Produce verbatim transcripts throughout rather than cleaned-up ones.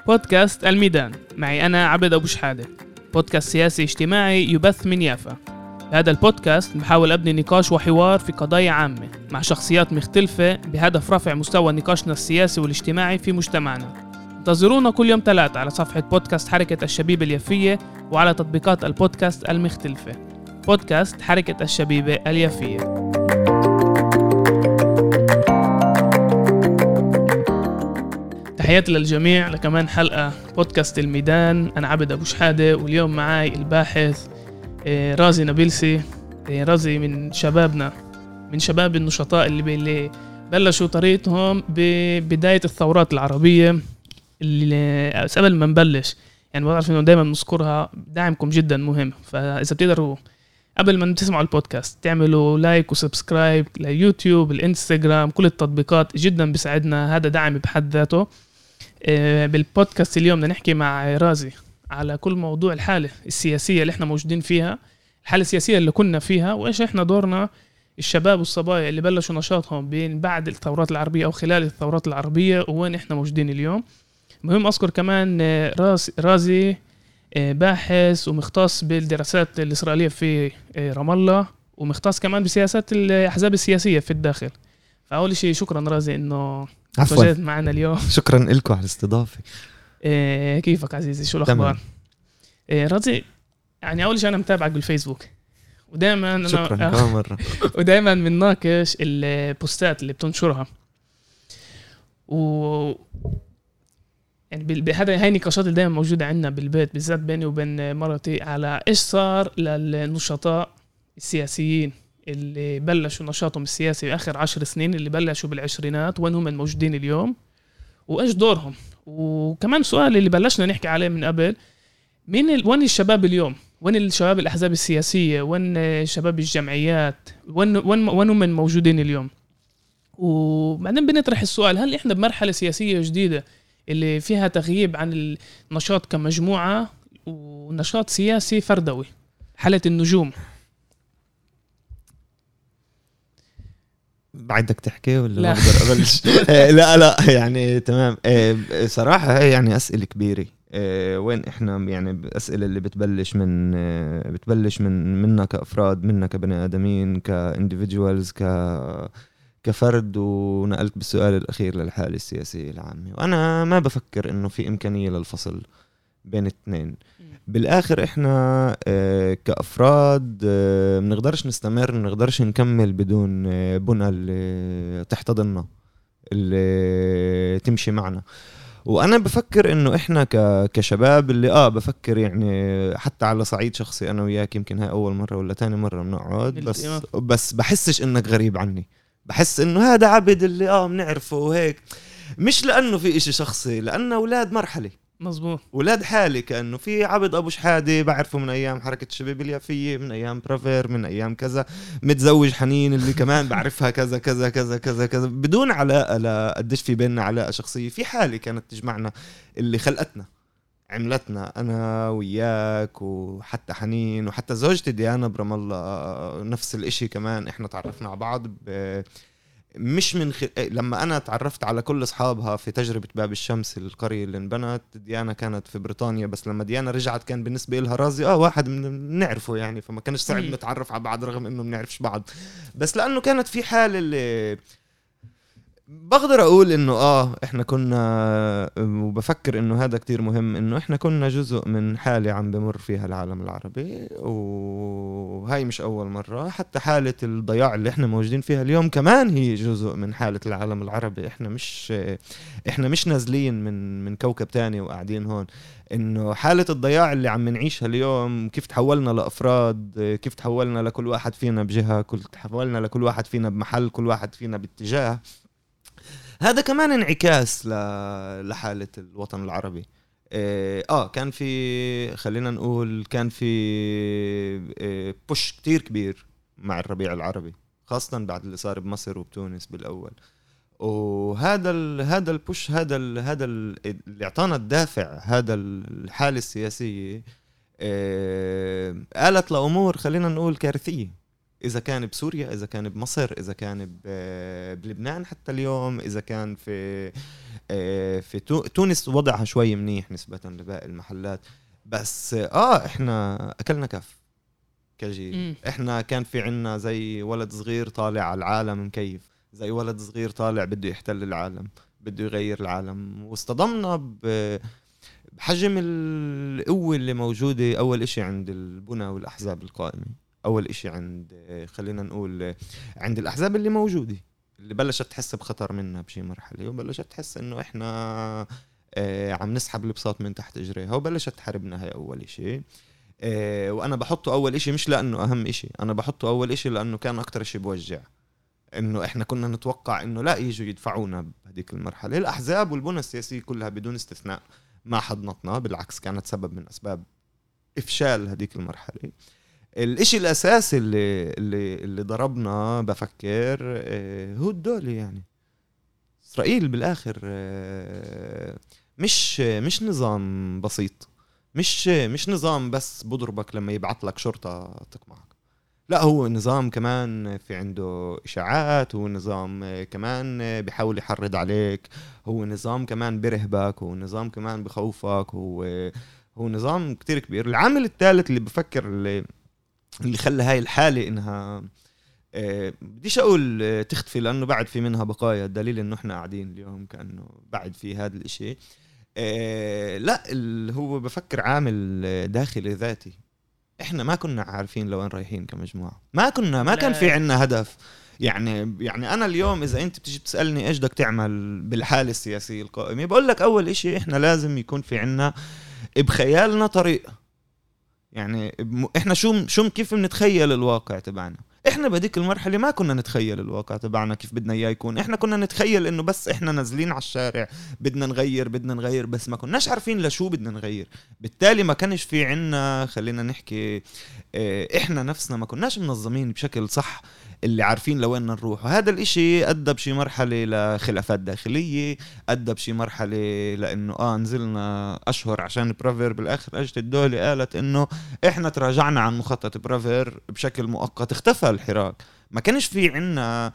بودكاست الميدان معي أنا عبد أبو شحادة، بودكاست سياسي اجتماعي يبث من يافا. بهذا البودكاست بحاول أبني نقاش وحوار في قضايا عامة مع شخصيات مختلفة بهدف رفع مستوى نقاشنا السياسي والاجتماعي في مجتمعنا. انتظرونا كل يوم ثلاثة على صفحة بودكاست حركة الشبيبة اليافية وعلى تطبيقات البودكاست المختلفة. بودكاست حركة الشبيبة اليافية. تحياتي للجميع لكمان حلقة بودكاست الميدان. أنا عبد أبو شحادة واليوم معاي الباحث رازي نبيلسي. رازي من شبابنا، من شباب النشطاء اللي بلشوا طريقهم ببداية الثورات العربية. اللي قبل ما نبلش يعني بعرف إنه دايما نذكرها، دعمكم جدا مهم، فإذا بتقدروا قبل ما تسمعوا البودكاست تعملوا لايك وسبسكرايب ليوتيوب، الانستغرام، كل التطبيقات جدا بيساعدنا، هذا دعم بحد ذاته. بالبودكاست اليوم بدنا نحكي مع رازي على كل موضوع الحالة السياسية اللي احنا موجودين فيها، الحالة السياسية اللي كنا فيها، وإيش احنا دورنا الشباب والصبايا اللي بلشوا نشاطهم بين بعد الثورات العربية أو خلال الثورات العربية وين احنا موجودين اليوم. مهم أذكر كمان راز رازي باحث ومختص بالدراسات الإسرائيلية في رام الله، ومختص كمان بسياسات الأحزاب السياسية في الداخل. فأول شيء شكرا رازي إنه تواجدت معنا اليوم. شكرا لكم على الاستضافة. إيه كيفك عزيزي؟ شو الأخبار؟ إيه رازي، يعني أول شيء أنا متابعك بالفيسبوك ودائما أنا شكرا كمان مرة ودائما بنناقش البوستات اللي بتنشرها، و يعني بهذا هاي نقاشات اللي دائما موجودة عندنا بالبيت، بالذات بيني وبين مرتي، على إيش صار للنشطاء السياسيين اللي بلشوا نشاطهم السياسي آخر عشر سنين، اللي بلشوا بالعشرينات، وين هم موجودين اليوم وإيش دورهم. وكمان سؤال اللي بلشنا نحكي عليه من قبل، مين ال... وين الشباب اليوم؟ وين الشباب الأحزاب السياسية؟ وين شباب الجمعيات؟ وين وين وين هم موجودين اليوم؟ وبعدين بنطرح السؤال، هل إحنا بمرحلة سياسية جديدة اللي فيها تغييب عن النشاط كمجموعة ونشاط سياسي فردوي، حالة النجوم؟ بعدك تحكي ولا لا بقدر أبلش؟ لا لا يعني تمام. صراحة هي يعني أسئلة كبيرة. وين إحنا يعني أسئلة اللي بتبلش من بتبلش من منا كأفراد، منا كبني آدمين، كانديفيديوالز، ك كفرد. ونقلت بالسؤال الأخير للحالة السياسية العامة، وأنا ما بفكر إنه في إمكانية للفصل بين الاثنين. بالآخر إحنا كأفراد منقدرش نستمر، منقدرش نكمل بدون بنى اللي تحتضننا، اللي تمشي معنا. وأنا بفكر إنه إحنا كشباب اللي آه بفكر يعني حتى على صعيد شخصي، أنا وياك يمكن هاي أول مرة ولا تاني مرة بنقعد، بس بس بحسش إنك غريب عني. بحس إنه هذا عبد اللي آه بنعرفه وهيك، مش لأنه في إشي شخصي، لأنه أولاد مرحلة. مظبوط، ولاد حالي. كأنه في عبد أبو شحادة بعرفه من أيام حركة الشبيبة اليافية، من أيام برافير، من أيام كذا، متزوج حنين اللي كمان بعرفها كذا كذا كذا كذا كذا، بدون علاقة لقديش في بيننا علاقة شخصية. في حالة كانت تجمعنا اللي خلقتنا عملتنا أنا وياك وحتى حنين وحتى زوجتي ديانا برام الله نفس الإشي. كمان إحنا تعرفنا على بعض ب... مش من خ... لما أنا تعرفت على كل أصحابها في تجربة باب الشمس، القرية اللي انبنت، ديانا كانت في بريطانيا، بس لما ديانا رجعت كان بالنسبة لها رازي آه واحد من نعرفه يعني، فما كانش صعب نتعرف على بعض رغم إنه بنعرفش بعض، بس لأنه كانت في حالة اللي بقدر أقول إنه آه إحنا كنا، وبفكر إنه هذا كتير مهم، إنه إحنا كنا جزء من حالة عم بمر فيها العالم العربي، وهاي مش أول مرة. حتى حالة الضياع اللي إحنا موجودين فيها اليوم كمان هي جزء من حالة العالم العربي. إحنا مش إحنا مش نازلين من من كوكب تاني وقاعدين هون. إنه حالة الضياع اللي عم نعيشها اليوم، كيف تحولنا لأفراد، كيف تحولنا لكل واحد فينا بجهة، كل تحولنا لكل واحد فينا بمحل، كل واحد فينا باتجاه. هذا كمان انعكاس لحالة الوطن العربي. آه كان في، خلينا نقول كان في آه بوش كتير كبير مع الربيع العربي، خاصة بعد اللي صار بمصر وبتونس بالأول. وهذا ال هذا البوش، هذا ال هذا ال اللي اعطانا الدافع، هذا الحالة السياسية آه قالت لأمور خلينا نقول كارثية. إذا كان بسوريا، إذا كان بمصر، إذا كان بلبنان حتى اليوم، إذا كان في في تونس وضعها شوي منيح نسبة لباقي المحلات. بس آه إحنا أكلنا كف كجيل. إحنا كان في عنا زي ولد صغير طالع على العالم مكيف، زي ولد صغير طالع بده يحتل العالم، بده يغير العالم، واصطدمنا بحجم القوة اللي موجودة أول إشي عند البنى والأحزاب القائمة، أول إشي عند خلينا نقول عند الأحزاب اللي موجودة، اللي بلشت تحس بخطر منها بشي مرحلة، وبلشت تحس إنه إحنا عم نسحب البساط من تحت إجريها، وبلشت تحاربنا. هاي أول إشي. وأنا بحطه أول إشي مش لأنه أهم إشي، أنا بحطه أول إشي لأنه كان أكتر إشي بوجع، إنه إحنا كنا نتوقع إنه لا يجوا يدفعونا بهديك المرحلة. الأحزاب والبنى السياسية كلها بدون استثناء ما حضنتنا، بالعكس كانت سبب من أسباب إفشال هديك المرحلة. الإشي الأساسي اللي اللي اللي ضربنا بفكر هو الدولة. يعني إسرائيل بالآخر مش مش نظام بسيط، مش مش نظام بس بضربك لما يبعث لك شرطة تقمعك، لا هو نظام كمان في عنده إشاعات، هو نظام كمان بيحاول يحرض عليك، هو نظام كمان برهبك، هو نظام كمان بخوفك، هو هو نظام كتير كبير. العامل الثالث اللي بفكر اللي اللي خلى هاي الحالة إنها آه بديش أقول آه تختفي لأنه بعد في منها بقايا، الدليل إنه إحنا قاعدين اليوم كأنه بعد في هذا الإشي. آه لا اللي هو بفكر عامل داخلي ذاتي. إحنا ما كنا عارفين لوين رايحين كمجموعة، ما كنا ما كان في عنا هدف. يعني يعني أنا اليوم إذا أنت بتيجي تسألني إيش بدك تعمل بالحالة السياسية القائمة، بقول لك أول إشي إحنا لازم يكون في عنا بخيالنا طريقة. يعني احنا شو شو كيف بنتخيل الواقع تبعنا. احنا بديك المرحله ما كنا نتخيل الواقع تبعنا كيف بدنا اياه يكون، احنا كنا نتخيل انه بس احنا نازلين على الشارع بدنا نغير بدنا نغير بس ما كناش عارفين لشو بدنا نغير. بالتالي ما كانش في عنا خلينا نحكي احنا نفسنا ما كناش منظمين بشكل صح اللي عارفين لوين نروح. وهذا الاشي ادى بشي مرحله لخلافات داخليه، ادى بشي مرحله لانه اه نزلنا اشهر عشان برافير بالاخر اجت الدوله قالت انه احنا تراجعنا عن مخطط برافير بشكل مؤقت، اختفى الحراك. ما كانش في عنا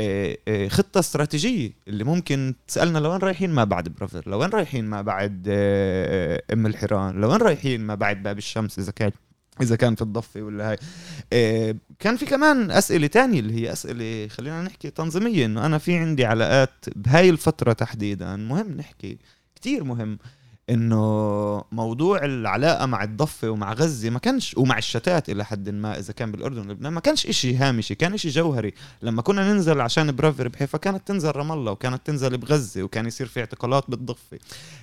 خطة استراتيجية اللي ممكن تسألنا لوين رايحين ما بعد برافير، لوين رايحين ما بعد ام الحيران، لوين رايحين ما بعد باب الشمس اذا كان إذا كان في الضفة ولا هاي. إيه كان في كمان أسئلة تانية اللي هي أسئلة خلينا نحكي تنظيمية، إنه أنا في عندي علاقات بهاي الفترة تحديدا مهم نحكي كتير مهم، إنه موضوع العلاقة مع الضفة ومع غزة ما كانش ومع الشتات إلى حد ما إذا كان بالأردن ولبنان ما كانش إشي هامشي، كان إشي جوهري. لما كنا ننزل عشان برافر بحيفا كانت تنزل رام الله وكانت تنزل بغزة وكان يصير في اعتقالات بالضفة،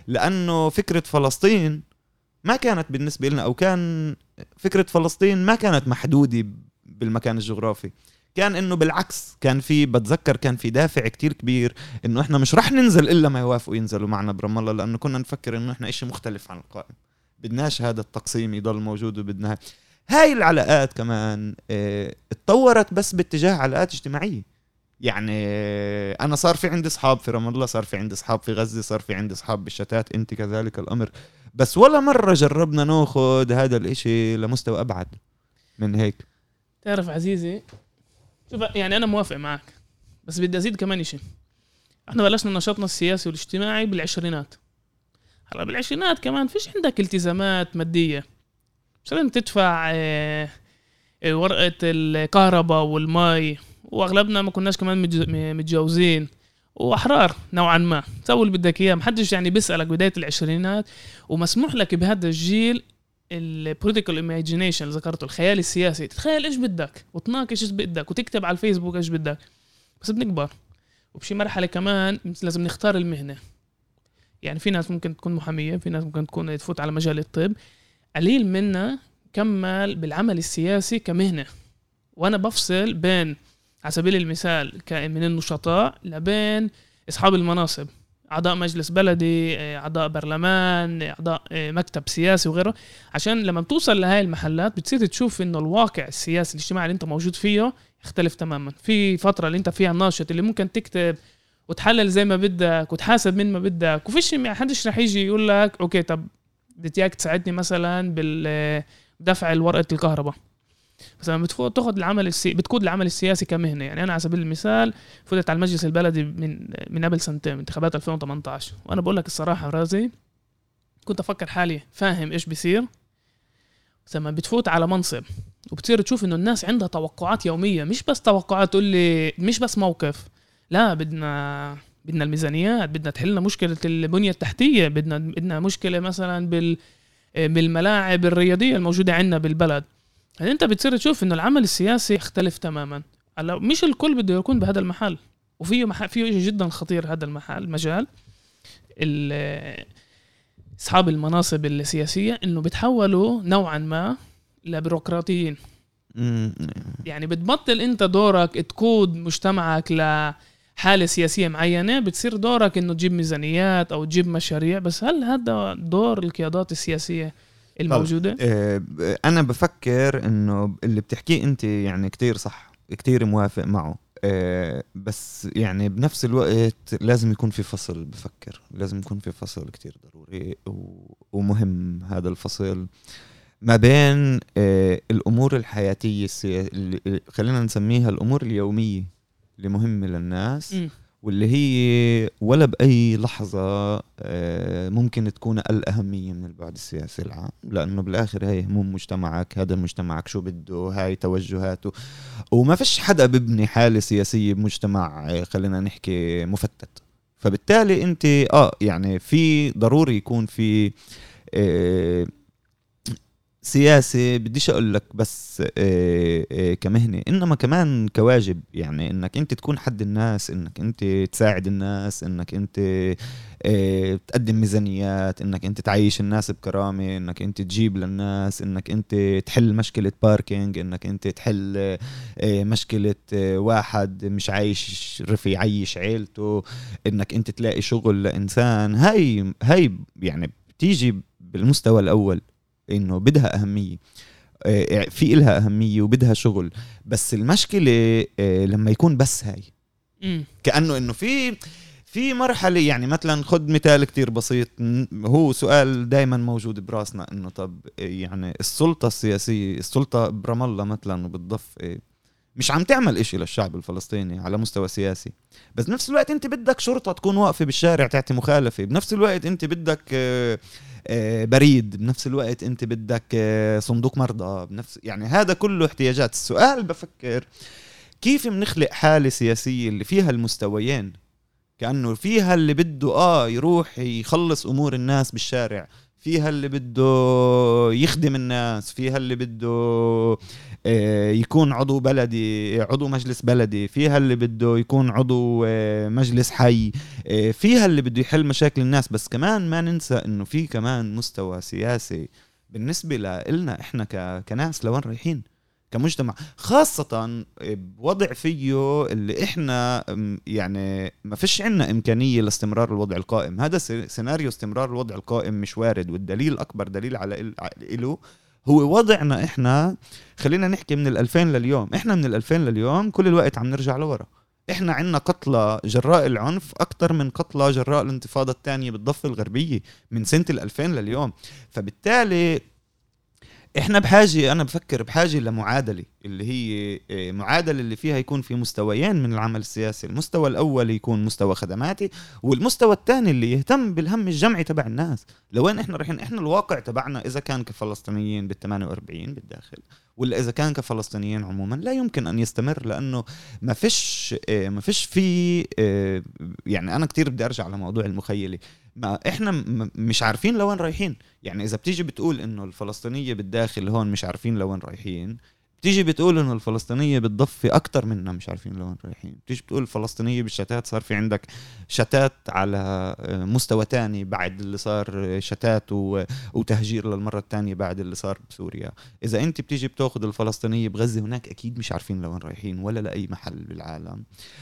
لأنه فكرة فلسطين ما كانت بالنسبة لنا، أو كان فكرة فلسطين ما كانت محدودة بالمكان الجغرافي، كان إنه بالعكس كان في بتذكر كان في دافع كتير كبير إنه إحنا مش رح ننزل إلا ما يوافقوا ينزلوا معنا برام الله، لأنه كنا نفكر إنه إحنا إشي مختلف عن القائم، بدناش هذا التقسيم يضل موجود، وبدنا هاي العلاقات كمان اه اتطورت بس باتجاه علاقات اجتماعية. يعني أنا صار في عندي أصحاب في رام الله، صار في عندي أصحاب في غزة، صار في عندي أصحاب بالشتات، أنت كذلك الأمر، بس ولا مرة جربنا ناخد هذا الاشي لمستوى أبعد من هيك. تعرف عزيزي، شوف يعني أنا موافق معك، بس بدي أزيد كمان إشي. إحنا بلشنا نشاطنا السياسي والاجتماعي بالعشرينات. هلا بالعشرينات كمان فيش عندك التزامات مادية، مش لازم تدفع اه اه ورقة الكهرباء والماء، وأغلبنا ما كناش كمان متجوزين وأحرار نوعا ما، تسوي اللي بدك إياه، محدش يعني بيسألك بداية العشرينات، ومسموح لك بهذا الجيل البوليتيكال ايماجينيشن ذكرته، الخيال السياسي، تتخيل إيش بدك وتناقش إيش بدك وتكتب على الفيسبوك إيش بدك. بس بنكبر وبشي مرحلة كمان لازم نختار المهنة. يعني في ناس ممكن تكون محامية، في ناس ممكن تكون تفوت على مجال الطب، قليل منا كمل بالعمل السياسي كمهنة. وأنا بفصل بين على سبيل المثال من النشطاء لبين أصحاب المناصب، أعضاء مجلس بلدي، أعضاء برلمان، أعضاء مكتب سياسي وغيره، عشان لما بتوصل لهاي المحلات بتصير تشوف إنه الواقع السياسي الاجتماعي اللي أنت موجود فيه يختلف تماما. في فترة اللي أنت فيها ناشط اللي ممكن تكتب وتحلل زي ما بدك وتحاسب من ما بدك، وفيش ما حدش رح يجي يقول لك أوكي طب بدي إياك تساعدني مثلا بالدفع الورقة الكهرباء. بس لما بتفوت تاخذ العمل السي... بتقود العمل السياسي كمهنه. يعني انا على سبيل المثال فوتت على المجلس البلدي من من قبل سنتين، انتخابات ألفين وثمانية عشر، وانا بقول لك الصراحه رازي كنت افكر حالي فاهم ايش بيصير. لما بتفوت على منصب وبتصير تشوف انه الناس عندها توقعات يوميه، مش بس توقعات تقول لي مش بس موقف، لا بدنا بدنا الميزانيات، بدنا تحلنا مشكله البنيه التحتيه، بدنا بدنا مشكله مثلا بال بالملاعب الرياضيه الموجوده عندنا بالبلد. يعني انت بتصير تشوف انه العمل السياسي يختلف تماما. هلا مش الكل بده يكون بهذا المحل، وفيه مح... فيه شيء جدا خطير هذا المحل المجال اصحاب المناصب السياسيه، انه بتحولوا نوعا ما لبيروقراطيين. يعني بتبطل انت دورك تقود مجتمعك لحاله سياسيه معينه، بتصير دورك انه تجيب ميزانيات او تجيب مشاريع بس. هل هذا دور القيادات السياسيه الموجوده؟ انا بفكر انه اللي بتحكيه انت يعني كتير صح، كتير موافق معه، بس يعني بنفس الوقت لازم يكون في فصل. بفكر لازم يكون في فصل كتير ضروري ومهم، هذا الفصل ما بين الأمور الحياتية اللي خلينا نسميها الأمور اليومية اللي مهمة للناس م. واللي هي ولا بأي لحظة ممكن تكون أقل أهمية من البعد السياسي العام، لأنه بالآخر هاي هموم مجتمعك، هذا مجتمعك شو بده، هاي توجهاته، وما فيش حدا ببني حالة سياسية بمجتمع خلينا نحكي مفتت. فبالتالي أنت آه يعني في ضروري يكون في آه سياسي، بديش أقول لك بس آه آه كمهنة، إنما كمان كواجب. يعني إنك أنت تكون حد الناس، إنك أنت تساعد الناس، إنك أنت آه تقدم ميزانيات، إنك أنت تعيش الناس بكرامة، إنك أنت تجيب للناس، إنك أنت تحل مشكلة باركينج، إنك أنت تحل آه مشكلة آه واحد مش عايش رفي يعيش عيلته، إنك أنت تلاقي شغل لإنسان. هاي هاي يعني بتيجي بالمستوى الأول إنه بدها أهمية، في إلها أهمية وبدها شغل. بس المشكلة لما يكون بس هاي م. كأنه إنه في في مرحلة. يعني مثلا خد مثال كتير بسيط، هو سؤال دايما موجود براسنا، إنه طب يعني السلطة السياسية، السلطة برام الله مثلا وبالضفة مش عم تعمل إشي للشعب الفلسطيني على مستوى سياسي، بس بنفس الوقت أنت بدك شرطة تكون واقفة بالشارع تعطي مخالفة، بنفس الوقت أنت بدك بريد، بنفس الوقت أنت بدك صندوق مرضى، بنفس يعني هذا كله احتياجات. السؤال بفكر كيف بنخلق حالة سياسية اللي فيها المستويين، كأنه فيها اللي بده آه يروح يخلص أمور الناس بالشارع، فيها اللي بده يخدم الناس، فيها اللي بده يكون عضو بلدي، عضو مجلس بلدي، فيها اللي بده يكون عضو مجلس حي، فيها اللي بده يحل مشاكل الناس. بس كمان ما ننسى انه في كمان مستوى سياسي بالنسبة لنا احنا كناس لوين رايحين كمجتمع، خاصة بوضع فيه اللي احنا يعني ما فيش عنا امكانية لاستمرار الوضع القائم. هذا سيناريو استمرار الوضع القائم مش وارد، والدليل اكبر دليل على له هو وضعنا احنا. خلينا نحكي من الألفين لليوم، احنا من الألفين لليوم كل الوقت عم نرجع لورا. احنا عنا قتلى جراء العنف اكتر من قتلى جراء الانتفاضة الثانية بالضفة الغربية من سنة الألفين لليوم. فبالتالي احنا بحاجة، انا بفكر بحاجة لمعادلة، اللي هي معادلة اللي فيها يكون في مستويين من العمل السياسي. المستوى الاول يكون مستوى خدماتي، والمستوى الثاني اللي يهتم بالهم الجمعي تبع الناس. لوين احنا رايحين؟ احنا الواقع تبعنا اذا كان كفلسطينيين بالثمانية وأربعين بالداخل، ولا اذا كان كفلسطينيين عموما، لا يمكن ان يستمر، لانه ما فيش ما فيش في يعني انا كتير بدي ارجع لموضوع المخيلة. ما احنا مش عارفين لوين رايحين. يعني اذا بتيجي بتقول انه الفلسطينية بالداخل هون مش عارفين لوين رايحين، بتيجي بتقول انه الفلسطينية بالضفة اكتر مننا مش عارفين لوين رايحين، بتيجي بتقول الفلسطينية بالشتات صار في عندك شتات على مستوى تاني بعد اللي صار شتات وتهجير للمرة الثانية بعد اللي صار بسوريا. اذا انت بتيجي بتاخذ الفلسطينية بغزة، هناك اكيد مش عارفين لوين رايحين ولا لأي محل بالعالم.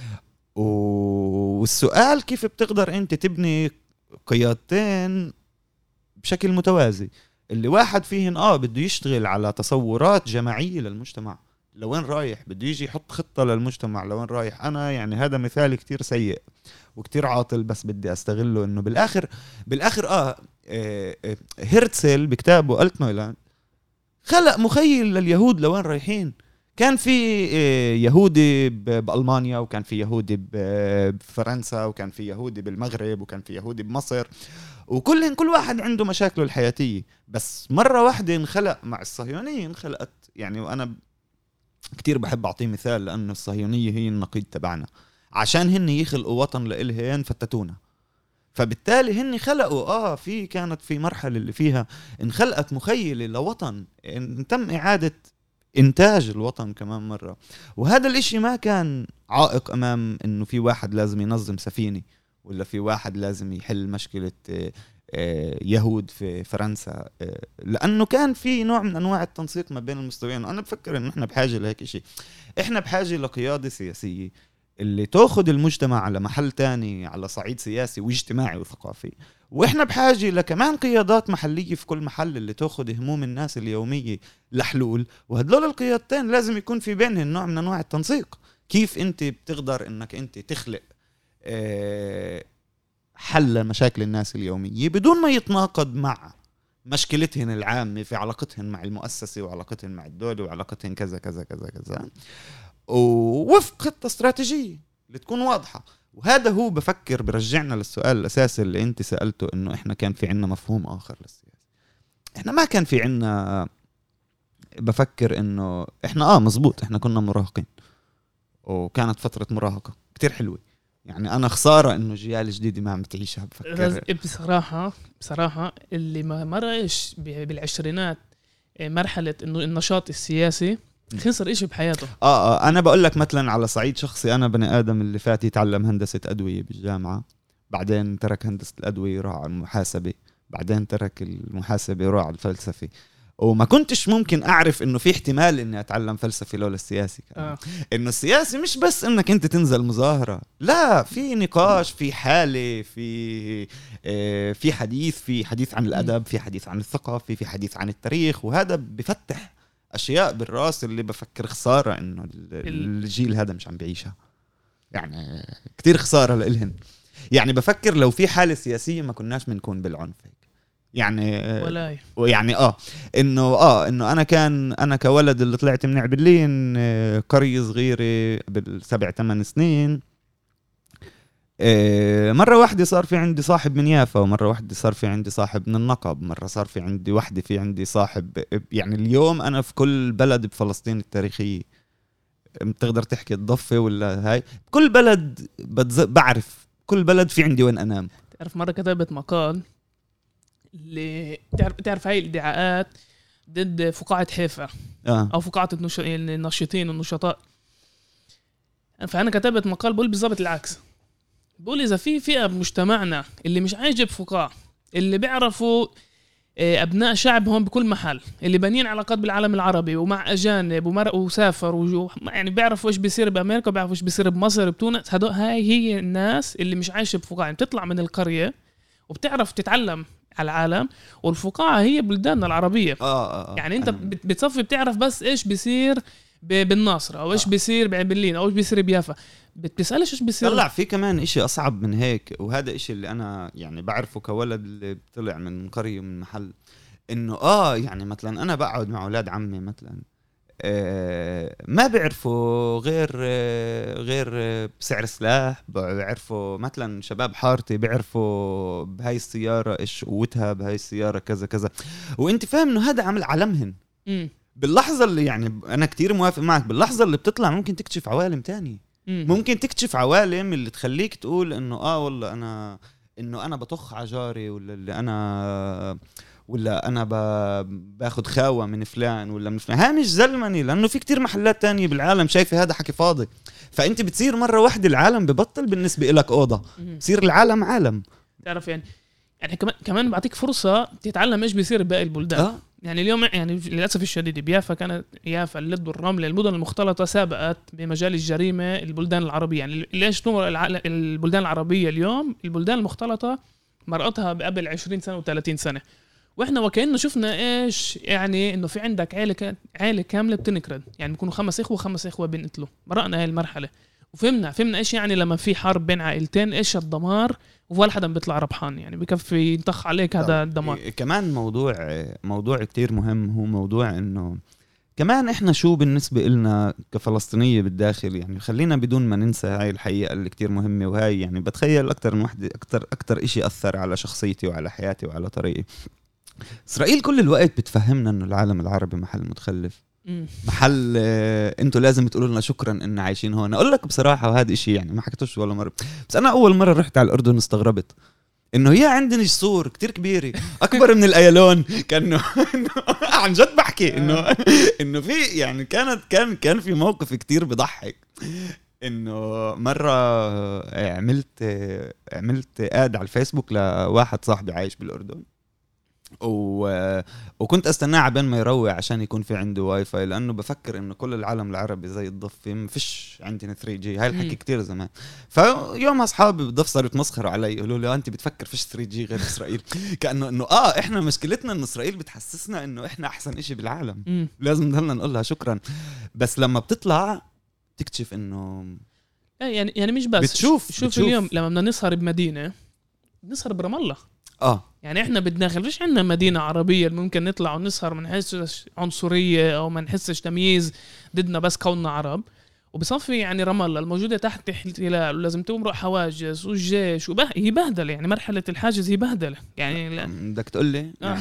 والسؤال كيف بتقدر انت تبني قيادتين بشكل متوازي، اللي واحد فيهن اه بده يشتغل على تصورات جماعية للمجتمع لوين رايح، بده يجي يحط خطة للمجتمع لوين رايح. انا يعني هذا مثال كتير سيء وكتير عاطل، بس بدي استغله. انه بالاخر بالاخر اه, آه, آه هيرتسل بكتابه ألتنويلاند خلق مخيل لليهود لوين رايحين. كان في يهودي بألمانيا، وكان في يهودي بفرنسا، وكان في يهودي بالمغرب، وكان في يهودي بمصر، وكل كل واحد عنده مشاكله الحياتية. بس مرة واحدة انخلق مع الصهيونية انخلقت يعني. وأنا كتير بحب أعطيه مثال، لأنه الصهيونية هي النقيض تبعنا. عشان هن يخلقوا وطن لإلهن فتتونا، فبالتالي هن خلقوا آه في كانت في مرحلة اللي فيها انخلقت مخيلة لوطن، ان تم إعادة إنتاج الوطن كمان مرة. وهذا الإشي ما كان عائق أمام إنه في واحد لازم ينظم سفينة، ولا في واحد لازم يحل مشكلة يهود في فرنسا، لأنه كان في نوع من أنواع التنسيق ما بين المستويين. وأنا بفكر إنه إحنا بحاجة لهيك إشي. إحنا بحاجة لقيادة سياسية اللي تأخذ المجتمع على محل تاني على صعيد سياسي واجتماعي وثقافي. وإحنا بحاجة لكمان قيادات محلية في كل محل اللي تأخذ هموم الناس اليومية لحلول. وهدول القيادتين لازم يكون في بينهم نوع من أنواع التنسيق. كيف أنت بتقدر إنك أنت تخلق حل مشاكل الناس اليومية بدون ما يتناقض مع مشكلتهن العامة في علاقتهن مع المؤسسة وعلاقتهن مع الدولة وعلاقتهن كذا كذا كذا كذا، ووفق خطة استراتيجية اللي تكون واضحة. وهذا هو بفكر برجعنا للسؤال الأساسي اللي انت سألته، انه احنا كان في عنا مفهوم آخر للسياسة. احنا ما كان في عنا، بفكر انه احنا اه مزبوط احنا كنا مراهقين وكانت فترة مراهقة كتير حلوة. يعني انا خسارة انه جيال جديدة ما عم تعيشها. بفكر بصراحة بصراحة اللي ما مرقش بالعشرينات مرحلة انه النشاط السياسي خسر إشي بحياته. آه, آه أنا بقول لك مثلا على صعيد شخصي، أنا بني آدم اللي فات يتعلم هندسة أدوية بالجامعة، بعدين ترك هندسة الأدوية وراح على المحاسبة، بعدين ترك المحاسبة وراح على الفلسفة. وما كنتش ممكن أعرف إنه في احتمال إني أتعلم فلسفة لولا السياسي. آه. إنه السياسي مش بس إنك أنت تنزل مظاهرة، لا، في نقاش، في حالة، في آه في حديث، في حديث عن الأدب، في حديث عن الثقافة، في حديث عن التاريخ. وهذا بفتح أشياء بالراس اللي بفكر خسارة إنه الجيل هذا مش عم بيعيشها. يعني كتير خسارة لإلهن. يعني بفكر لو في حالة سياسية ما كناش منكون بالعنف هيك. يعني ولاي. ويعني آه إنه آه إنه أنا كان أنا كولد اللي طلعت من عبلين قرية صغيرة بالسبع ثمان سنين، مرة واحدة صار في عندي صاحب من يافا، ومرة واحدة صار في عندي صاحب من النقب، مرة صار في عندي واحدة في عندي صاحب. يعني اليوم أنا في كل بلد بفلسطين التاريخية بتقدر تحكي الضفة ولا هاي، كل بلد بعرف كل بلد في عندي وين أنام. تعرف مرة كتبت مقال اللي تعرف تعرف هاي الادعاءات ضد فقاعة حيفا آه. أو فقاعة النش... الناشطين والنشطاء. فأنا كتبت مقال بقول بالضبط العكس. بقول إذا في فئة بمجتمعنا اللي مش عايجب فقاع، اللي بيعرفوا أبناء شعبهم بكل محل، اللي بانين علاقات بالعالم العربي ومع أجانب ومرق وسافر وجو، يعني بيعرفوا إيش بيصير بأمريكا وبيعرفوا إيش بيصير بمصر بتونس. هدول هاي هي الناس اللي مش عايشة بفقاعة، بتطلع من القرية وبتعرف تتعلم على العالم. والفقاعة هي بلداننا العربية. آه آه يعني أنت بتصفي بتعرف بس إيش بيصير بالناصر أو إيش آه. بيصير بعبلين أو إيش بيصير بيافا، بتسألش إيش بيصير. طلع في كمان إشي أصعب من هيك، وهذا إشي اللي أنا يعني بعرفه كولد اللي بطلع من قرية من محل، إنه آه يعني مثلا أنا بقعد مع أولاد عمي مثلا آه ما بيعرفوا غير آه غير آه بسعر سلاح، بيعرفوا مثلا شباب حارتي بيعرفوا بهاي السيارة إيش قوتها، بهاي السيارة كذا كذا. وإنت فاهم إنه هذا عمل عالمهن. م. باللحظة اللي يعني أنا كتير موافق معك، باللحظة اللي بتطلع ممكن تكتشف عوالم تاني. ممكن تكتشف عوالم اللي تخليك تقول إنه آه والله أنا إنه أنا بطخ عجاري، ولا اللي أنا ولا أنا باخد خاوة من فلان ولا من فلان. ها مش زلمني، لأنه في كتير محلات تانية بالعالم شايفة هذا حكي فاضي. فأنت بتصير مرة واحدة العالم ببطل بالنسبة إلك أوضة، بصير العالم عالم. تعرف يعني يعني كمان كمان بعطيك فرصة تتعلم إيش بيصير باقي البلدان. آه. يعني اليوم يعني للأسف الشديد بيافا كانت يافا اللد والرمل المدن المختلطة سابقت بمجال الجريمة البلدان العربية. يعني ليش نمر البلدان العربية اليوم البلدان المختلطة مرقتها قبل عشرين سنة وثلاثين سنة، واحنا وكأنه شفنا ايش يعني انه في عندك عائلة عائلة كاملة بتنكرد. يعني بيكونوا خمس اخوة خمس اخوة بينقتلوا. مرقنا هاي المرحلة وفهمنا فهمنا ايش يعني لما في حرب بين عائلتين ايش الدمار ولا حدا بيطلع ربحان يعني بكفي ينطخ عليك هذا الدمار. كمان موضوع موضوع كتير مهم هو موضوع انه كمان احنا شو بالنسبة لنا كفلسطينية بالداخل يعني خلينا بدون ما ننسى هاي الحقيقة اللي كتير مهمة وهاي يعني بتخيل اكتر من واحدة اكتر اكتر اشي اثر على شخصيتي وعلى حياتي وعلى طريقي. اسرائيل كل الوقت بتفهمنا انه العالم العربي محل متخلف محل اه انتوا لازم تقولوا لنا شكرا ان عايشين هون. اقول لك بصراحة وهذا اشي يعني ما حكيتوش ولا مرة بس انا اول مرة رحت على الاردن استغربت انه هي عندنا جسور كتير كبيرة اكبر من الايالون كانه عن جد بحكي انه انه في يعني كانت كان كان في موقف كتير بضحك انه مرة عملت عملت اد على الفيسبوك لواحد صاحبي عايش بالاردن و... وكنت استناه عبين ما يروح عشان يكون في عنده واي فاي لانه بفكر انه كل العالم العربي زي الضفه ما فيش عندنا ثري جي. هاي الحكي كتير زمان. فيوم اصحابي بالضفه صاروا يتمسخروا علي يقولوا لي انت بتفكر فيش ثري جي غير اسرائيل كانه انه اه احنا مشكلتنا انه اسرائيل بتحسسنا انه احنا احسن إشي بالعالم م. لازم نضلنا نقول لها شكرا بس لما بتطلع تكتشف انه يعني يعني مش بس بتشوف شوف بتشوف. اليوم لما بدنا نسهر بمدينه نسهر برام الله اه يعني احنا بدناخل فيش عندنا مدينة عربية ممكن نطلع ونسهر ما نحسش عنصرية او ما نحسش تمييز ضدنا بس كوننا عرب. وبصفي يعني رام الله الموجودة تحت احتلال ولازم تمرق حواجز والجيش وبه... هي بهدلة يعني مرحلة الحاجز هي بهدلة يعني بدك تقول لي آه.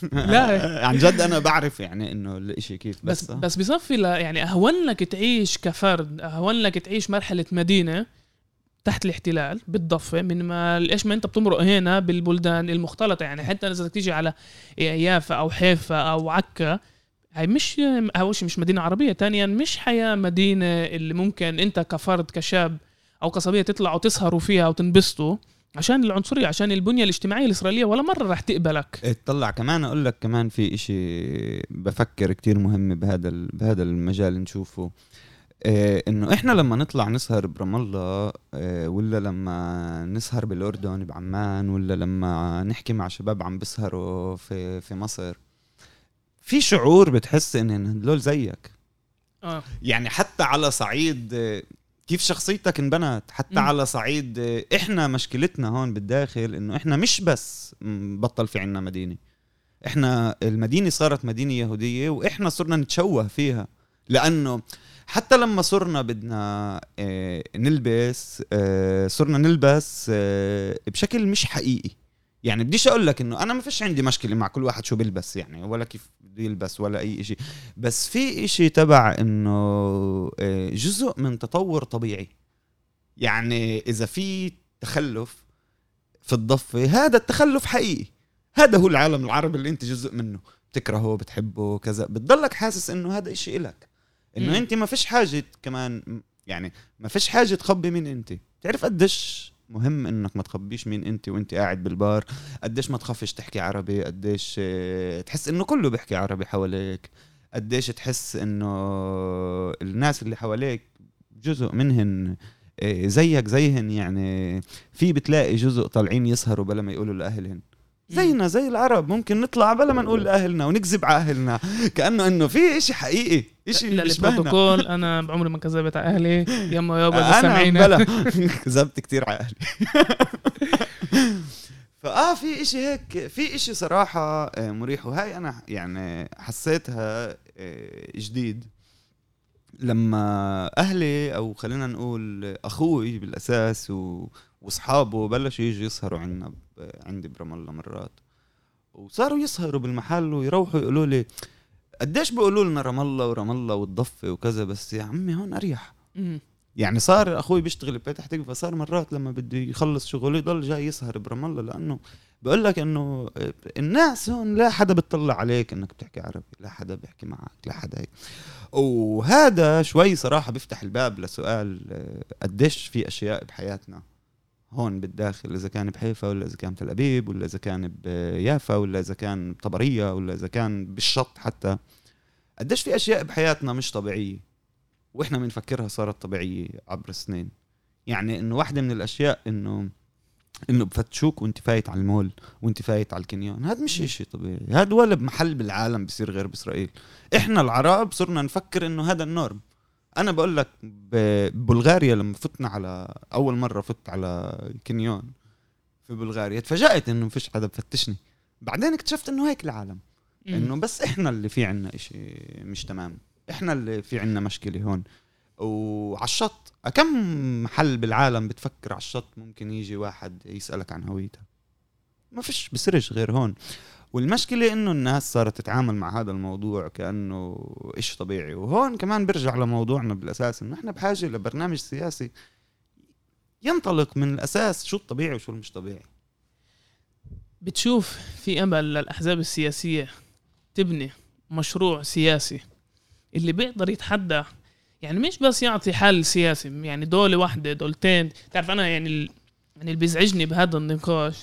لا عن جد انا بعرف يعني انه الاشي كيف بس بس, بس بصفي لا يعني اهون لك تعيش كفرد اهون لك تعيش مرحلة مدينة تحت الاحتلال بالضفة من ما ايش ما انت بتمرق هنا بالبلدان المختلطة يعني حتى اذا تيجي على يافا او حيفا او عكا هاي مش هوش مش مدينة عربية. تانيا مش حياة مدينة اللي ممكن انت كفرد كشاب او كصبية تطلعوا تسهروا فيها وتنبسطوا عشان العنصرية عشان البنية الاجتماعية الإسرائيلية ولا مرة رح تقبلك. اطلع كمان اقول لك كمان في اشي بفكر كتير مهم بهذا بهذا المجال نشوفه إيه انه احنا لما نطلع نسهر برام الله إيه ولا لما نسهر بالاردن بعمان ولا لما نحكي مع شباب عم بسهروا في في مصر في شعور بتحس ان هدول زيك اه يعني حتى على صعيد كيف شخصيتك انبنت حتى م. على صعيد احنا مشكلتنا هون بالداخل انه احنا مش بس بطل في عنا مدينة احنا المدينة صارت مدينة يهودية واحنا صرنا نتشوه فيها لانه حتى لما صرنا بدنا اه نلبس اه صرنا نلبس اه بشكل مش حقيقي. يعني بديش اقول لك انه انا ما فيش عندي مشكلة مع كل واحد شو بيلبس يعني ولا كيف بده يلبس ولا اي اشي بس في اشي تبع انه اه جزء من تطور طبيعي. يعني اذا في تخلف في الضفة هذا التخلف حقيقي هذا هو العالم العربي اللي انت جزء منه بتكرهه بتحبه كذا بتضلك حاسس انه هذا اشي إلك انه م. انت ما فيش حاجة كمان يعني ما فيش حاجة تخبي مين انت. تعرف قديش مهم انك ما تخبيش مين انت وانت قاعد بالبار قديش ما تخافش تحكي عربي قديش تحس انه كله بيحكي عربي حواليك قديش تحس انه الناس اللي حواليك جزء منهن زيك زيهن يعني في بتلاقي جزء طالعين يسهروا بلا ما يقولوا لأهلهن زينا زي العرب ممكن نطلع بلا ما نقول لأهلنا ونكذب على أهلنا كأنه إنه في إشي حقيقي إشي البروتوكول. أنا بعمري ما كذبت على أهلي يما يابا سامعينا أنا بلا كذبت كتير على أهلي فآه في إشي هيك في إشي صراحة مريح وهاي أنا يعني حسيتها جديد لما أهلي أو خلينا نقول أخوي بالأساس و واصحابه بلشوا يجوا يسهروا عنا عندي برام الله مرات وصاروا يسهروا بالمحل ويروحوا يقولوا لي قديش بيقولوا لنا رام الله ورام الله والضفة وكذا بس يا عمي هون أريح. يعني صار أخوي بيشتغل بفتح تقفى فصار مرات لما بده يخلص شغله يضل جاي يسهر برام الله لأنه بقول لك إنه الناس هون لا حدا بتطلع عليك إنك بتحكي عربي لا حدا بيحكي معك لا حدا هيك. وهذا شوي صراحة بيفتح الباب لسؤال قديش في أشياء بحياتنا هون بالداخل إذا كان بحيفا ولا إذا كان تل أبيب ولا إذا كان بيافا ولا إذا كان بطبرية ولا إذا كان بالشط حتى قديش في أشياء بحياتنا مش طبيعية وإحنا بنفكرها صارت طبيعية عبر السنين. يعني إنه واحدة من الأشياء إنه إنه بفتشوك وإنت فايت على المول وإنت فايت على الكنيون هذا مش إشي طبيعي. هذا ولا بمحل بالعالم بيصير غير بإسرائيل. إحنا العرب صرنا نفكر إنه هذا النورم. انا بقول لك ببلغاريا لما فتنا على اول مره فت على الكنيون في بلغاريا تفاجأت انه مفيش حدا بفتشني. بعدين اكتشفت انه هيك العالم، انه بس احنا اللي في عنا اشي مش تمام، احنا اللي في عنا مشكله هون. وعالشط كم محل بالعالم بتفكر عالشط ممكن يجي واحد يسألك عن هويتك؟ ما فيش بسرج غير هون. والمشكلة انه الناس صارت تتعامل مع هذا الموضوع كأنه إيش طبيعي. وهون كمان برجع لموضوعنا بالأساس انه احنا بحاجة لبرنامج سياسي ينطلق من الأساس شو الطبيعي وشو المش طبيعي. بتشوف في أمل للأحزاب السياسية تبني مشروع سياسي اللي بيقدر يتحدى، يعني مش بس يعطي حل سياسي يعني دولة واحدة دولتين؟ تعرف أنا يعني ال... يعني اللي بيزعجني بهذا النقاش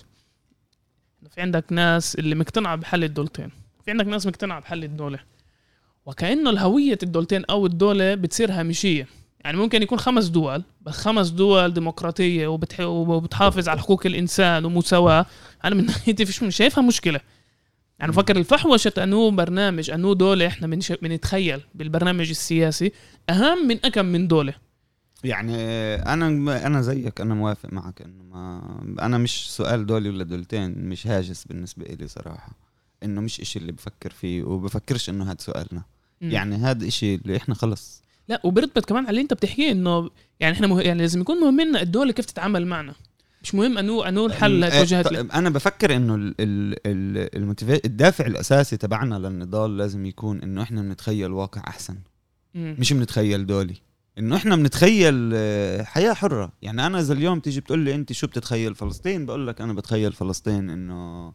في عندك ناس اللي مقتنعة بحل الدولتين، في عندك ناس مقتنعة بحل الدولة، وكأنه الهوية الدولتين أو الدولة بتصير هامشية. يعني ممكن يكون خمس دول بس خمس دول ديمقراطية وبتح... وبتحافظ على حقوق الإنسان ومساواة. أنا من ناحيتي فيش مش شايفها مشكلة. يعني فكر الفحوشة أنه برنامج أنه دولة إحنا من بنتخيل بالبرنامج السياسي أهم من أكم من دولة. يعني أنا أنا زيك، أنا موافق معك إنه ما أنا مش سؤال دولي ولا دولتين مش هاجس بالنسبة إلي صراحة، إنه مش إشي اللي بفكر فيه وبفكرش إنه هاد سؤالنا. م. يعني هاد إشي اللي إحنا خلص. لا وبرتبط كمان على اللي أنت بتحكيه إنه يعني إحنا مه... يعني لازم يكون مهم لنا الدولة كيف تتعامل معنا، مش مهم أنه أنه الحل توجهت لي. أنا بفكر إنه ال ال ال الدافع الأساسي تبعنا للنضال لازم يكون إنه إحنا بنتخيل واقع أحسن، م. مش بنتخيل دولي، إنه إحنا بنتخيل حياة حرة. يعني أنا إذا اليوم تيجي بتقول لي أنت شو بتتخيل فلسطين، بقول لك أنا بتخيل فلسطين إنه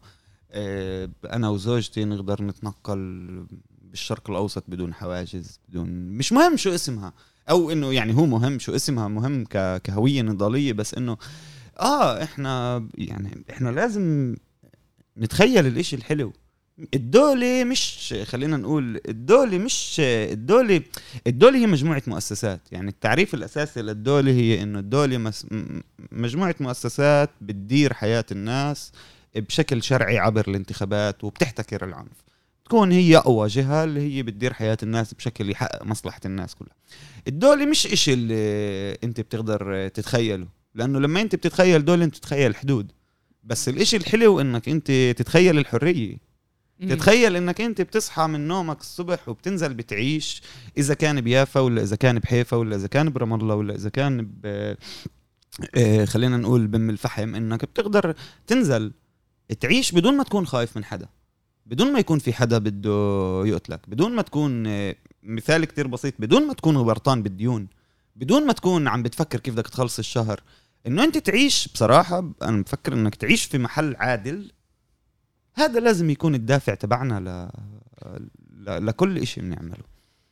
أنا وزوجتي نقدر نتنقل بالشرق الأوسط بدون حواجز، بدون مش مهم شو اسمها، أو إنه يعني هو مهم شو اسمها، مهم كهوية نضالية، بس إنه آه إحنا يعني إحنا لازم نتخيل الإشي الحلو. الدولة مش خلينا نقول الدولة مش الدولة الدولة هي مجموعة مؤسسات. يعني التعريف الأساسي للدولة هي إنه الدولة مس مجموعة مؤسسات بتدير حياة الناس بشكل شرعي عبر الانتخابات وبتحتكر العنف، تكون هي أقوى جهة اللي هي بتدير حياة الناس بشكل يحقق مصلحة الناس كلها. الدولة مش إشي اللي أنت بتقدر تتخيله، لأنه لما أنت بتتخيل دولة أنت تتخيل حدود، بس الإشي الحلو إنك أنت تتخيل الحرية. تتخيل انك انت بتصحى من نومك الصبح وبتنزل بتعيش، اذا كان بيافا ولا اذا كان بحيفا ولا اذا كان برام الله ولا اذا كان ب خلينا نقول بام الفحم، انك بتقدر تنزل تعيش بدون ما تكون خايف من حدا، بدون ما يكون في حدا بده يقتلك، بدون ما تكون مثال كتير بسيط بدون ما تكون غبرطان بالديون، بدون ما تكون عم بتفكر كيف بدك تخلص الشهر. انه انت تعيش بصراحة انا بفكر انك تعيش في محل عادل. هذا لازم يكون الدافع تبعنا ل... ل... لكل إشي بنعمله.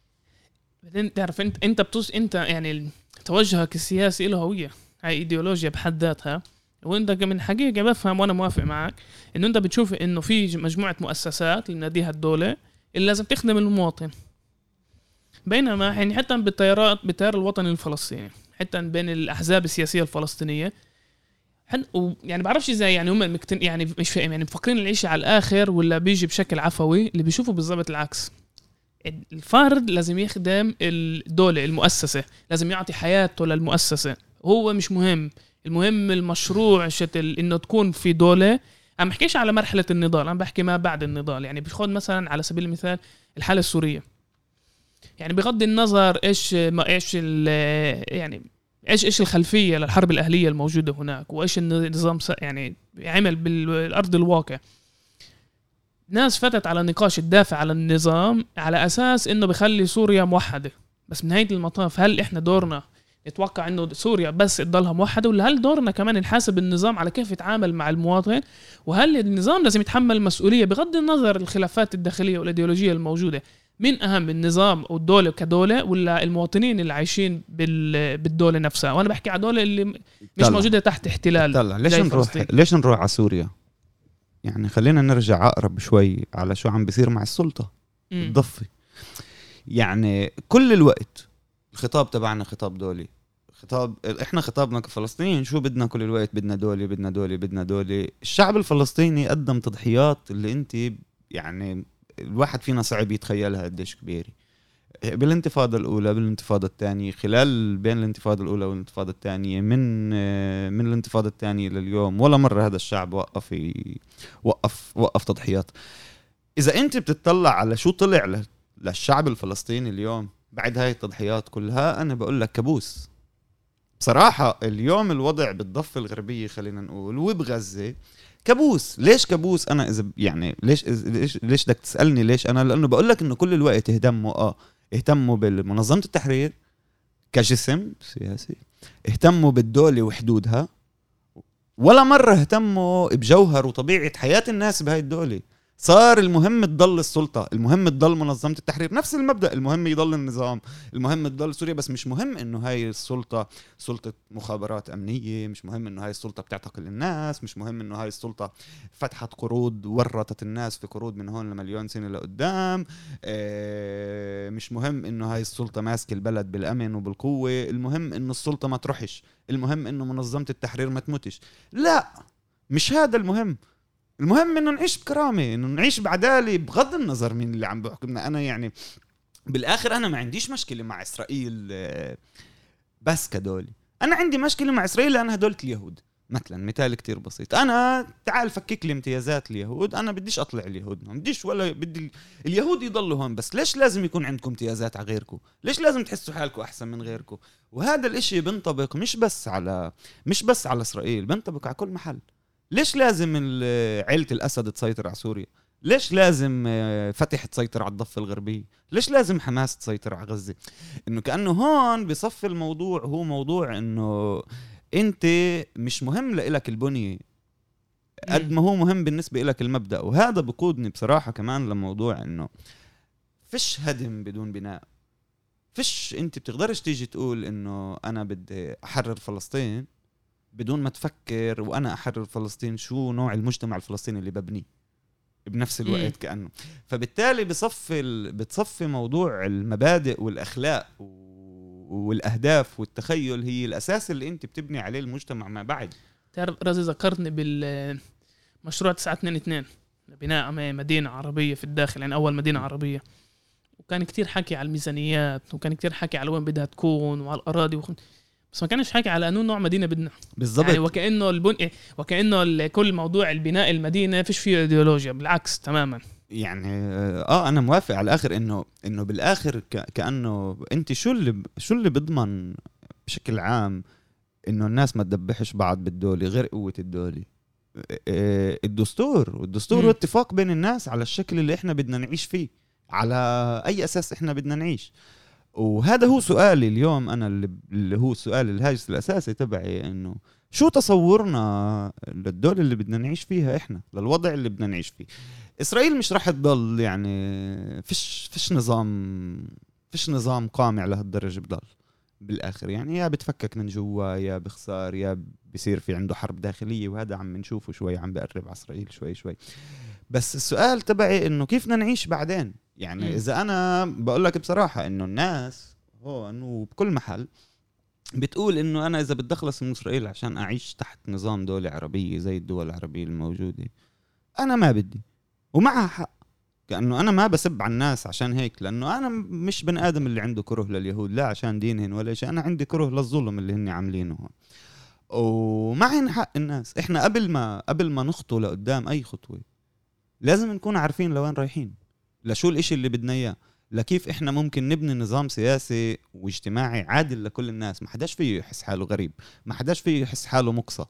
بعدين تعرف انت انت بتوص انت يعني توجهك السياسي له هوية، هاي ايديولوجيا بحد ذاتها، وانت من حقيقة بفهم وانا موافق معك انه انت بتشوف انه في مجموعة مؤسسات اللي ناديها الدولة اللي لازم تخدم المواطن، بينما يعني حتى بالتيارات بالتيار الوطني الفلسطيني، حتى بين الأحزاب السياسية الفلسطينية يعني بعرفش ازاي يعني هم مكتن يعني مش فاهم يعني مفكرين العيش على الاخر ولا بيجي بشكل عفوي. اللي بيشوفوا بالضبط العكس، الفرد لازم يخدم الدولة المؤسسة، لازم يعطي حياته للمؤسسة، هو مش مهم، المهم المشروع شتل انه تكون في دولة. انا بحكيش على مرحلة النضال، انا بحكي ما بعد النضال. يعني بيخد مثلا على سبيل المثال الحالة السورية، يعني بغض النظر ايش ما ايش يعني ايش ايش الخلفيه للحرب الاهليه الموجوده هناك وايش النظام يعني عمل بالارض الواقع، ناس فتت على نقاش الدافع على النظام على اساس انه بيخلي سوريا موحده. بس من نهايه المطاف هل احنا دورنا نتوقع انه سوريا بس تضلها موحده، ولا هل دورنا كمان نحاسب النظام على كيف يتعامل مع المواطن، وهل النظام لازم يتحمل المسؤوليه بغض النظر الخلافات الداخليه والايديولوجيه الموجوده؟ من أهم النظام أو الدولة كدولة ولا المواطنين اللي عايشين بالدولة نفسها؟ وأنا بحكي على دولة اللي مش طلع. موجودة تحت احتلال. طلع. ليش نروح ليش نروح على سوريا؟ يعني خلينا نرجع أقرب شوي على شو عم بيصير مع السلطة الضفة. يعني كل الوقت الخطاب تبعنا خطاب دولي، خطاب إحنا خطابنا كفلسطينيين شو بدنا كل الوقت؟ بدنا دولة بدنا دولة بدنا دولة. الشعب الفلسطيني قدم تضحيات اللي أنت يعني الواحد فينا صعب يتخيلها قديش كبيرة. بالانتفاضة الأولى بالانتفاضة الثانية، خلال بين الانتفاضة الأولى والانتفاضة الثانية، من من الانتفاضة الثانية لليوم ولا مرة هذا الشعب وقف وقف وقف تضحيات. إذا أنت بتطلع على شو طلع للشعب الفلسطيني اليوم بعد هاي التضحيات كلها، أنا بقول لك كابوس بصراحة. اليوم الوضع بالضفة الغربية خلينا نقول وبغزة كابوس. ليش كابوس؟ أنا إذا يعني ليش ليش ليش بدك تسألني ليش أنا؟ لأنه بقول لك إنه كل الوقت اهتموا آه اهتموا بالمنظمة التحرير كجسم سياسي، اهتموا بالدولة وحدودها، ولا مرة اهتموا بجوهر وطبيعة حياة الناس بهاي الدولة. صار المهم تضل السلطة، المهم تضل منظمة التحرير، نفس المبدأ، المهم يضل النظام، المهم تضل سوريا، بس مش مهم انه هاي السلطة سلطة مخابرات امنية، مش مهم انه هاي السلطة بتعتقل الناس، مش مهم انه هاي السلطة فتحت قروض ورطت الناس في قروض من هون لمليون سنة لقدام، اه مش مهم انه هاي السلطة ماسك البلد بالامن وبالقوة، المهم انه السلطة ما تروحش، المهم انه منظمة التحرير ما تموتش. لا، مش هذا المهم. المهم انه نعيش بكرامه، انه نعيش بعداله بغض النظر مين اللي عم بحكمنا. انا يعني بالاخر انا ما عنديش مشكله مع اسرائيل بس كدولة، انا عندي مشكله مع اسرائيل لان هدول اليهود مثلا. مثال كتير بسيط، انا تعال فكك لي امتيازات اليهود، انا بديش اطلع اليهود، ما بديش ولا بدي اليهود يضلوا هون، بس ليش لازم يكون عندكم امتيازات على غيركم؟ ليش لازم تحسوا حالكم احسن من غيركم؟ وهذا الاشي بنطبق مش بس على مش بس على اسرائيل، بنطبق على كل محل. ليش لازم عيلة الأسد تسيطر على سوريا؟ ليش لازم فتح تسيطر على الضفة الغربية؟ ليش لازم حماس تسيطر على غزة؟ إنه كأنه هون بصف الموضوع هو موضوع إنه أنت مش مهم لإلك البنية قد ما هو مهم بالنسبة إلك المبدأ. وهذا بقودني بصراحة كمان لموضوع إنه فيش هدم بدون بناء. فيش أنت بتقدرش تيجي تقول إنه أنا بدي أحرر فلسطين بدون ما تفكر وأنا أحرر فلسطين شو نوع المجتمع الفلسطيني اللي ببنيه بنفس الوقت م. كأنه. فبالتالي بصفي بتصفي موضوع المبادئ والأخلاق والأهداف والتخيل هي الأساس اللي أنت بتبني عليه المجتمع ما بعد. تعرف رازي ذكرتني بالمشروع تسعة اثنين اثنين بناء مدينة عربية في الداخل، يعني أول مدينة عربية، وكان كتير حكي على الميزانيات وكان كتير حكي على وين بدها تكون وعلى الأراضي وخ... بس ما كانش حكي على انه نوع مدينه بدنا بالضبط. يعني وكانه البن وكانه كل موضوع البناء المدينه فيش فيه ايديولوجيا، بالعكس تماما. يعني اه انا موافق على الاخر انه انه بالاخر ك... كانه انت شو اللي شو اللي بضمن بشكل عام انه الناس ما تدبحش بعض بالدولة غير قوه الدولة؟ الدستور، والدستور هو اتفاق بين الناس على الشكل اللي احنا بدنا نعيش فيه، على اي اساس احنا بدنا نعيش. وهذا هو سؤالي اليوم أنا اللي هو السؤال الهاجس الأساسي تبعي، إنه شو تصورنا للدولة اللي بدنا نعيش فيها إحنا، للوضع اللي بدنا نعيش فيه. إسرائيل مش راح تضل يعني فيش فيش نظام فيش نظام قامع لهالدرجة بضل بالآخر، يعني يا بتفكك من جوا يا بخسار يا بيصير في عنده حرب داخلية، وهذا عم نشوفه شوي عم بقرب على إسرائيل شوي شوي. بس السؤال تبعي إنه كيف بدنا نعيش بعدين؟ يعني إذا أنا بقول لك بصراحة إنه الناس هون وبكل محل بتقول إنه أنا إذا بدي أخلص من إسرائيل عشان أعيش تحت نظام دولة عربية زي الدول العربية الموجودة، أنا ما بدي، ومعها حق. كأنه أنا ما بسب على الناس عشان هيك، لأنه أنا مش بني آدم اللي عنده كره لليهود، لا عشان دينهن ولا شيء، أنا عندي كره للظلم اللي هن عاملينه هون، ومعهن حق الناس. إحنا قبل ما قبل ما نخطو لقدام أي خطوة لازم نكون عارفين لوين رايحين، لشو الاشي اللي بدنا اياه، لكيف احنا ممكن نبني نظام سياسي واجتماعي عادل لكل الناس، ما حداش فيه يحس حاله غريب، ما حداش فيه يحس حاله مقصى.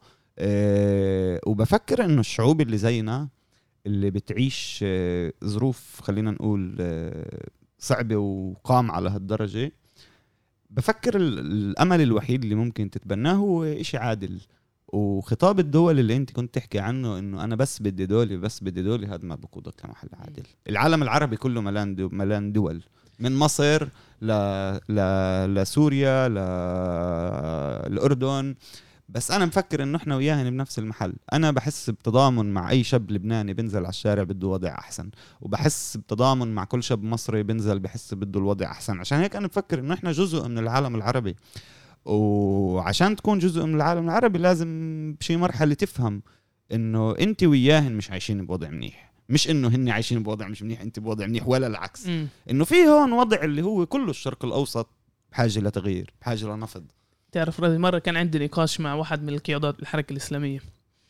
أه وبفكر انه الشعوب اللي زينا اللي بتعيش أه ظروف خلينا نقول أه صعبة وقام على هالدرجة، بفكر الامل الوحيد اللي ممكن تتبناه هو اشي عادل. وخطاب الدول اللي انت كنت تحكي عنه انه انا بس بدي دولي بس بدي دولي، هذا ما بقودك لمحل عادل. العالم العربي كله ملان دو ملان دول، من مصر ل ل لسوريا للأردن، بس انا مفكر انه احنا وياهن بنفس المحل. انا بحس بتضامن مع اي شاب لبناني بنزل على الشارع بده وضع احسن، وبحس بتضامن مع كل شاب مصري بنزل بحس بده الوضع احسن. عشان هيك انا بفكر انه احنا جزء من العالم العربي، وعشان تكون جزء من العالم العربي لازم بشي مرحلة تفهم انه انت وياهن مش عايشين بوضع منيح، مش انه هن عايشين بوضع مش منيح انت بوضع منيح ولا العكس. م. انه في هون وضع اللي هو كله الشرق الاوسط بحاجه لتغيير بحاجه لنفض. تعرف رضي مرة كان عندي نقاش مع واحد من القيادات الحركة الإسلامية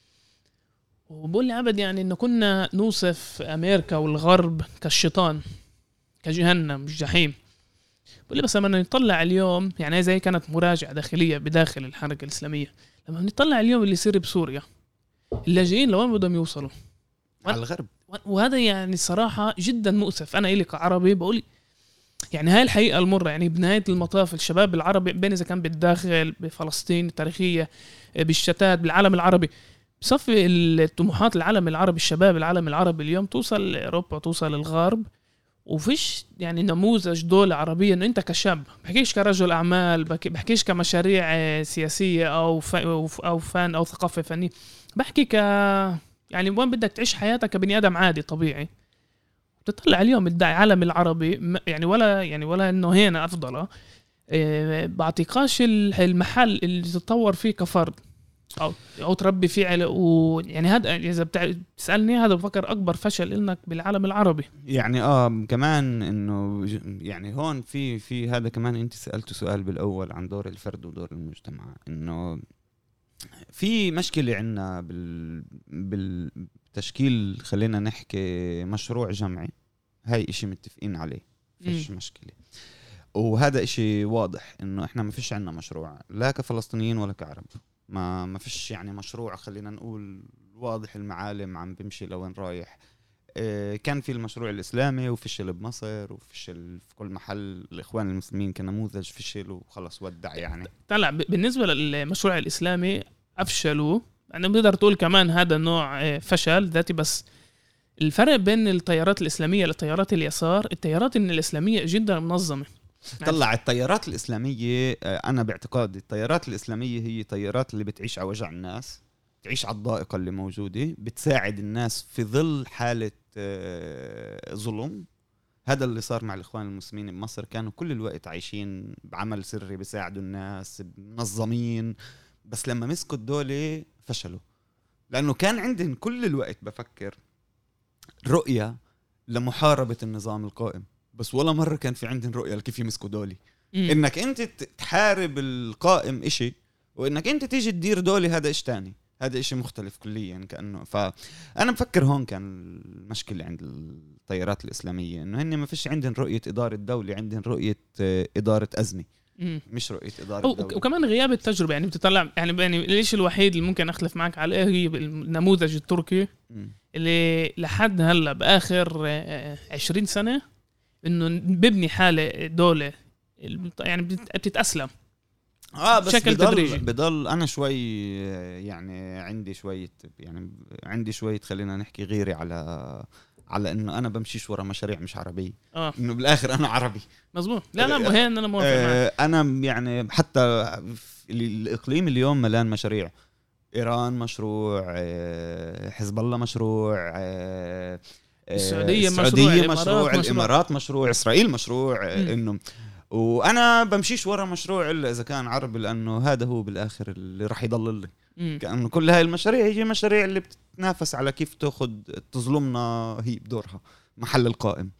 وبقول لي عبد يعني إنه كنا نوصف أمريكا والغرب كالشيطان كجهنم مش جحيم. بقول لي بس لما نطلع اليوم يعني زي كانت مراجعة داخلية بداخل الحركة الإسلامية لما نطلع اليوم اللي يصير بسوريا اللاجئين لوين بدهم يوصلوا على الغرب. وهذا يعني صراحة جدا مؤسف. أنا إلي كعربي بقول يعني هاي الحقيقة المرة يعني بنهاية المطاف الشباب العربي بين إذا كان بالداخل بفلسطين التاريخية بالشتات بالعالم العربي بصفي الطموحات العالم العربي الشباب العالم العربي اليوم توصل لأوروبا توصل للغرب وفيش يعني نموذج دولة عربية إنه أنت كشاب بحكيش كرجل أعمال بحكيش كمشاريع سياسية أو ف... أو فن أو ثقافة فنية بحكي ك يعني وين بدك تعيش حياتك كبني آدم عادي طبيعي. تطلع اليوم الداعي عالم العربي يعني ولا يعني ولا إنه هنا أفضل إيه بعطيقاش المحل اللي تتطور فيه كفرد أو أو تربي فيه على ويعني هذا إذا بتسألني هذا بفكر أكبر فشل إنك بالعالم العربي. يعني آه كمان إنه يعني هون في في هذا كمان أنت سألت سؤال بالأول عن دور الفرد ودور المجتمع إنه في مشكلة عنا بال بالتشكيل خلينا نحكي مشروع جمعي هاي إشي متفقين عليه فيش م. مشكلة وهذا إشي واضح إنه إحنا ما فيش عنا مشروع لا كفلسطينيين ولا كعرب ما ما فيش يعني مشروع خلينا نقول واضح المعالم عم بمشي لوين رايح. إيه كان في المشروع الإسلامي وفشل بمصر وفشل في كل محل. الإخوان المسلمين كنموذج فشل وخلص ودع يعني. طلع بالنسبة للمشروع الإسلامي أفشلوا أنا بقدر تقول كمان هذا نوع فشل ذاتي بس الفرق بين التيارات الإسلامية للتيارات اليسار التيارات الإسلامية جدا منظمة. طلع التيارات الإسلامية أنا باعتقادي التيارات الإسلامية هي تيارات اللي بتعيش على وجع الناس تعيش على الضائقة اللي موجودة بتساعد الناس في ظل حالة ظلم. هذا اللي صار مع الإخوان المسلمين بمصر كانوا كل الوقت عايشين بعمل سري بيساعدوا الناس منظمين بس لما مسكوا الدولة فشلوا لأنه كان عندهم كل الوقت بفكر رؤية لمحاربة النظام القائم بس ولا مرة كان في عندهم رؤية لكيف يمسكوا دولة. إنك أنت تحارب القائم إشي وإنك أنت تيجي تدير دولة هذا إيش تاني هذا إشي مختلف كليا كأنه. فأنا بفكر هون كان المشكلة عند التيارات الإسلامية إنه هن ما فيش عندهم رؤية إدارة دولة عندهم رؤية إدارة أزمة مم. مش رؤية إدارة دولة. وكمان غياب التجربة يعني بتطلع يعني يعني الإشي الوحيد اللي ممكن أختلف معك عليه هي النموذج التركي مم. اللي لحد هلا بآخر عشرين سنة إنه ببني حالة دولة يعني بتتأسلم اه بس بشكل بضل تدريجي. بضل انا شوي يعني عندي شويه يعني عندي شويه خلينا نحكي غيري على على انه انا بمشيش ورا مشاريع مش عربيه آه. انه بالاخر انا عربي مظبوط. لا لا مهم انا موافق آه انا يعني حتى الاقليم اليوم ملان مشاريع. ايران مشروع آه حزب الله مشروع آه السعوديه, السعودية مشروع, مشروع, مشروع الامارات مشروع اسرائيل مشروع آه انه وانا بمشيش ورا مشروع الا اذا كان عربي لانه هذا هو بالاخر اللي راح يضل لي. كانه كل هاي المشاريع هي مشاريع اللي بتتنافس على كيف تاخذ تظلمنا هي بدورها محل القائم.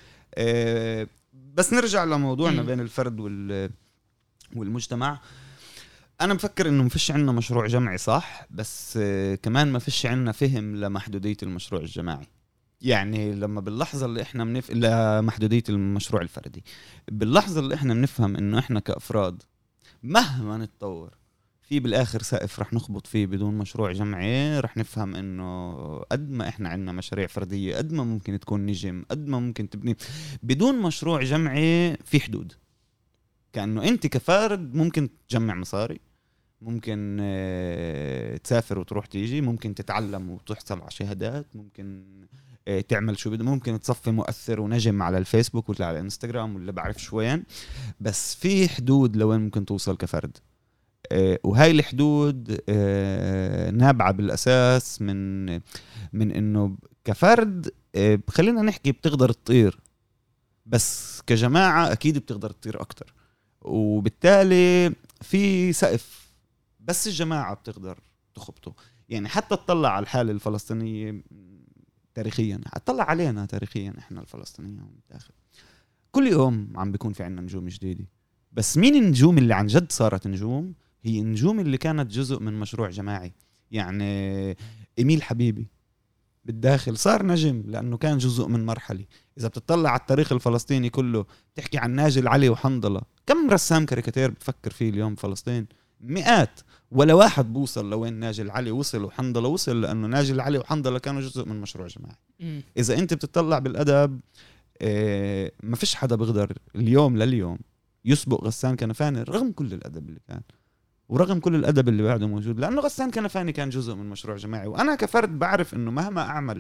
أه بس نرجع لموضوعنا مم. بين الفرد وال والمجتمع. انا بفكر انه ما فيش عندنا مشروع جمعي صح بس أه كمان ما فيش عندنا فهم لمحدودية المشروع الجماعي. يعني لما باللحظة اللي احنا منف... لمحدودية المشروع الفردي باللحظة اللي احنا بنفهم انه احنا كأفراد مهما نتطور في بالاخر سقف رح نخبط فيه بدون مشروع جمعي رح نفهم انه قد ما احنا عندنا مشاريع فردية قد ما ممكن تكون نجم قد ما ممكن تبني بدون مشروع جمعي في حدود. كأنه انت كفرد ممكن تجمع مصاري ممكن اه تسافر وتروح تيجي ممكن تتعلم وتحصل على شهادات ممكن تعمل شو بده ممكن تصفي مؤثر ونجم على الفيسبوك ولا على الانستغرام ولا بعرفش وين بس في حدود لوين ممكن توصل كفرد. أه وهاي الحدود أه نابعة بالأساس من من إنه كفرد أه خلينا نحكي بتقدر تطير بس كجماعة أكيد بتقدر تطير أكتر وبالتالي في سقف بس الجماعة بتقدر تخبطه. يعني حتى تطلع على الحالة الفلسطينية تاريخيا، اطلع علينا تاريخيا احنا الفلسطينيين داخل كل يوم عم بيكون في عنا نجوم جديدة. بس مين النجوم اللي عن جد صارت نجوم؟ هي النجوم اللي كانت جزء من مشروع جماعي. يعني إميل حبيبي بالداخل صار نجم لأنه كان جزء من مرحلة. إذا بتطلع على التاريخ الفلسطيني كله تحكي عن ناجي علي وحنظلة، كم رسام كاريكاتير بتفكر فيه اليوم فلسطين؟ مئات، ولا واحد بوصل لوين ناجي علي وصل وحنظلة وصل، لأنه ناجي علي وحنظلة كانوا جزء من مشروع جماعي. م. إذا أنت بتطلع بالأدب إيه ما فيش حدا بيقدر اليوم لليوم يسبق غسان كنفاني رغم كل الأدب اللي كان ورغم كل الأدب اللي بعده موجود، لأنه غسان كنفاني كان جزء من مشروع جماعي. وأنا كفرد بعرف إنه مهما أعمل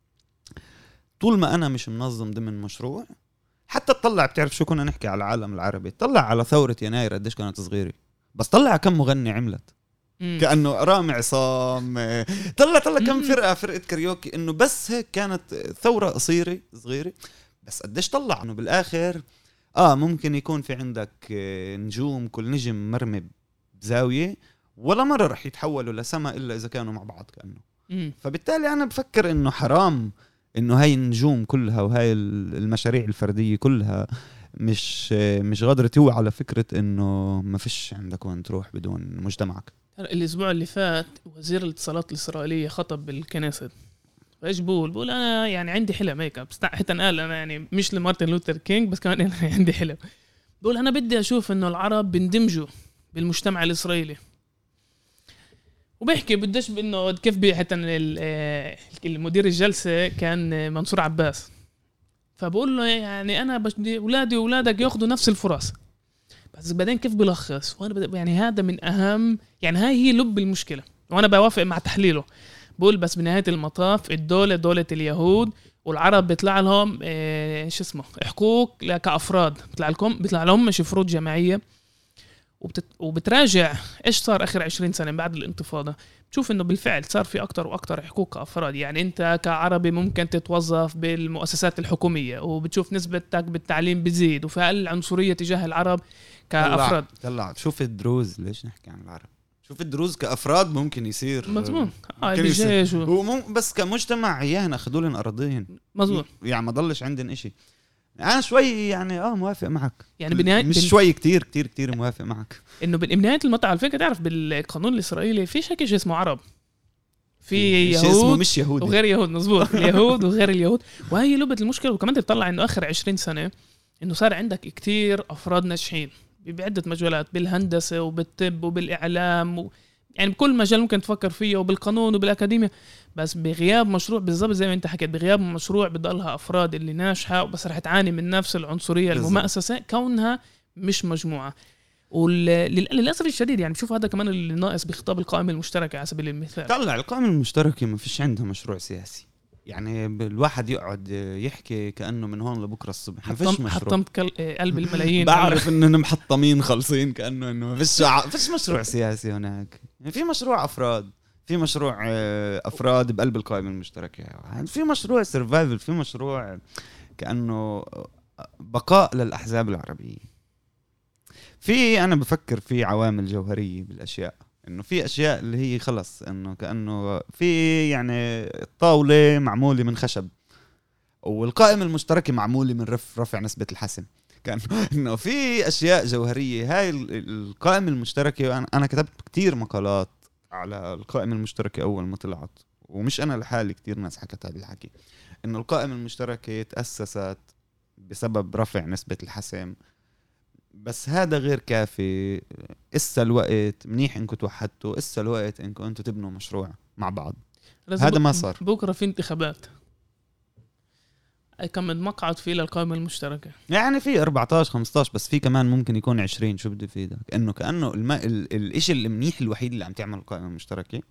طول ما أنا مش منظم ضمن مشروع، حتى تطلع بتعرف شو كنا نحكي على العالم العربي، تطلع على ثورة يناير قديش كانت صغيرة، بس طلع كم مغني عملت مم. كأنه رامي عصام، طلع طلع كم فرقة فرقة كاريوكي، إنه بس هيك كانت ثورة قصيرة صغيرة، بس قديش طلع. إنه بالآخر آه ممكن يكون في عندك نجوم، كل نجم مرمي بزاوية ولا مرة رح يتحولوا لسما إلا إذا كانوا مع بعض كأنه مم. فبالتالي أنا بفكر إنه حرام إنه هاي النجوم كلها وهاي المشاريع الفردية كلها مش مش قادرة توعى على فكرة إنه ما فيش عندك وين تروح بدون مجتمعك. الأسبوع اللي فات وزير الاتصالات الإسرائيلية خطب بالكنيسة، فايش بقول بقول أنا يعني عندي حلم هيك حتى قال أنا يعني مش لمارتن لوثر كينج بس كمان أنا عندي حلم، بقول أنا بدي أشوف إنه العرب بندمجوا بالمجتمع الإسرائيلي، وبيحكي بدش بإنه كيف بحتى المدير الجلسة كان منصور عباس، فبقول له يعني أنا بدي أولادي وأولادك يأخذوا نفس الفرص، بس بعدين كيف بلخص وأنا يعني هذا من أهم يعني هاي هي لب المشكلة، وأنا بوافق مع تحليله. بقول بس بنهاية المطاف الدولة دولة اليهود والعرب بيطلع لهم إيش اسمه حقوق كأفراد، بيطلع لكم بيطلع لهم مش فروض جماعية، وبتت... وبتراجع إيش صار آخر عشرين سنة بعد الانتفاضة، بتشوف إنه بالفعل صار في أكتر وأكتر حقوق كأفراد. يعني أنت كعربي ممكن تتوظف بالمؤسسات الحكومية، وبتشوف نسبتك بالتعليم بزيد، وفي أقل عنصرية تجاه العرب كأفراد. طلع شوف الدروز، ليش نحكي عن العرب؟ شوف الدروز كأفراد ممكن يصير مظبوط آه الجيش و... بس كمجتمع إيانا أخذوا لنا أراضيين مظبوط، يعني ما ضلش عندنا إشي. أنا شوي يعني آه موافق معك، يعني بنهاية مش بن... شوي كتير كتير كتير موافق معك إنه بنهاية المطلع على فكرة تعرف بالقانون الإسرائيلي في شيء اسمه عرب، في يهود مش يهودي وغير يهود، مظبوط اليهود وغير اليهود، وهي لبة المشكلة. وكمان تطلع إنه آخر عشرين سنة إنه صار عندك كتير أفراد ناجحين بعدة مجالات، بالهندسة وبالطب وبالإعلام و... يعني بكل مجال ممكن تفكر فيه، وبالقانون وبالأكاديمية، بس بغياب مشروع بالضبط زي ما انت حكيت، بغياب مشروع بضلها أفراد اللي ناجحة بس رح تعاني من نفس العنصرية الممأسسة كونها مش مجموعة. وللأسف الشديد يعني بشوف هذا كمان اللي ناقص بخطاب القائمة المشتركة على سبيل المثال. طلع القائمة المشتركة ما فيش عندها مشروع سياسي، يعني الواحد يقعد يحكي كأنه من هون لبكرة الصبح ما فيش مشروع. حطمت قلب الملايين بعرف إننا محطمين خالصين كأنه إنه ما فيش ع... فيش مشروع سياسي هناك. يعني في مشروع أفراد، في مشروع أفراد بقلب القائمة المشتركة، يعني في مشروع سيرفايفل، في مشروع كأنه بقاء للأحزاب العربية. في أنا بفكر في عوامل جوهرية بالأشياء، إنه في أشياء اللي هي خلص إنه كأنه في يعني الطاولة معمولة من خشب والقائمة المشتركة معمولة من رف رفع نسبة الحسم، كأنه إنه في أشياء جوهرية. هاي القائمة المشتركة، أنا كتبت كتير مقالات على القائمة المشتركة أول ما طلعت، ومش أنا لحالي، كتير ناس حكت هذا الحكي، إنه القائمة المشتركة تأسست بسبب رفع نسبة الحسم، بس هذا غير كافي. إسا الوقت منيح إنكم توحدتوا، إسا الوقت إنكم أنتوا تبنوا مشروع مع بعض. هذا ما صار. بكرة في انتخابات، كم من مقعد فيه للقائمة المشتركة؟ يعني في أربعتاشر خمستاشر، بس في كمان ممكن يكون عشرين. شو بدي في ده؟ كأنه كأنه الم... ال... الإشي المنيح الوحيد اللي عم تعمل القائمة المشتركة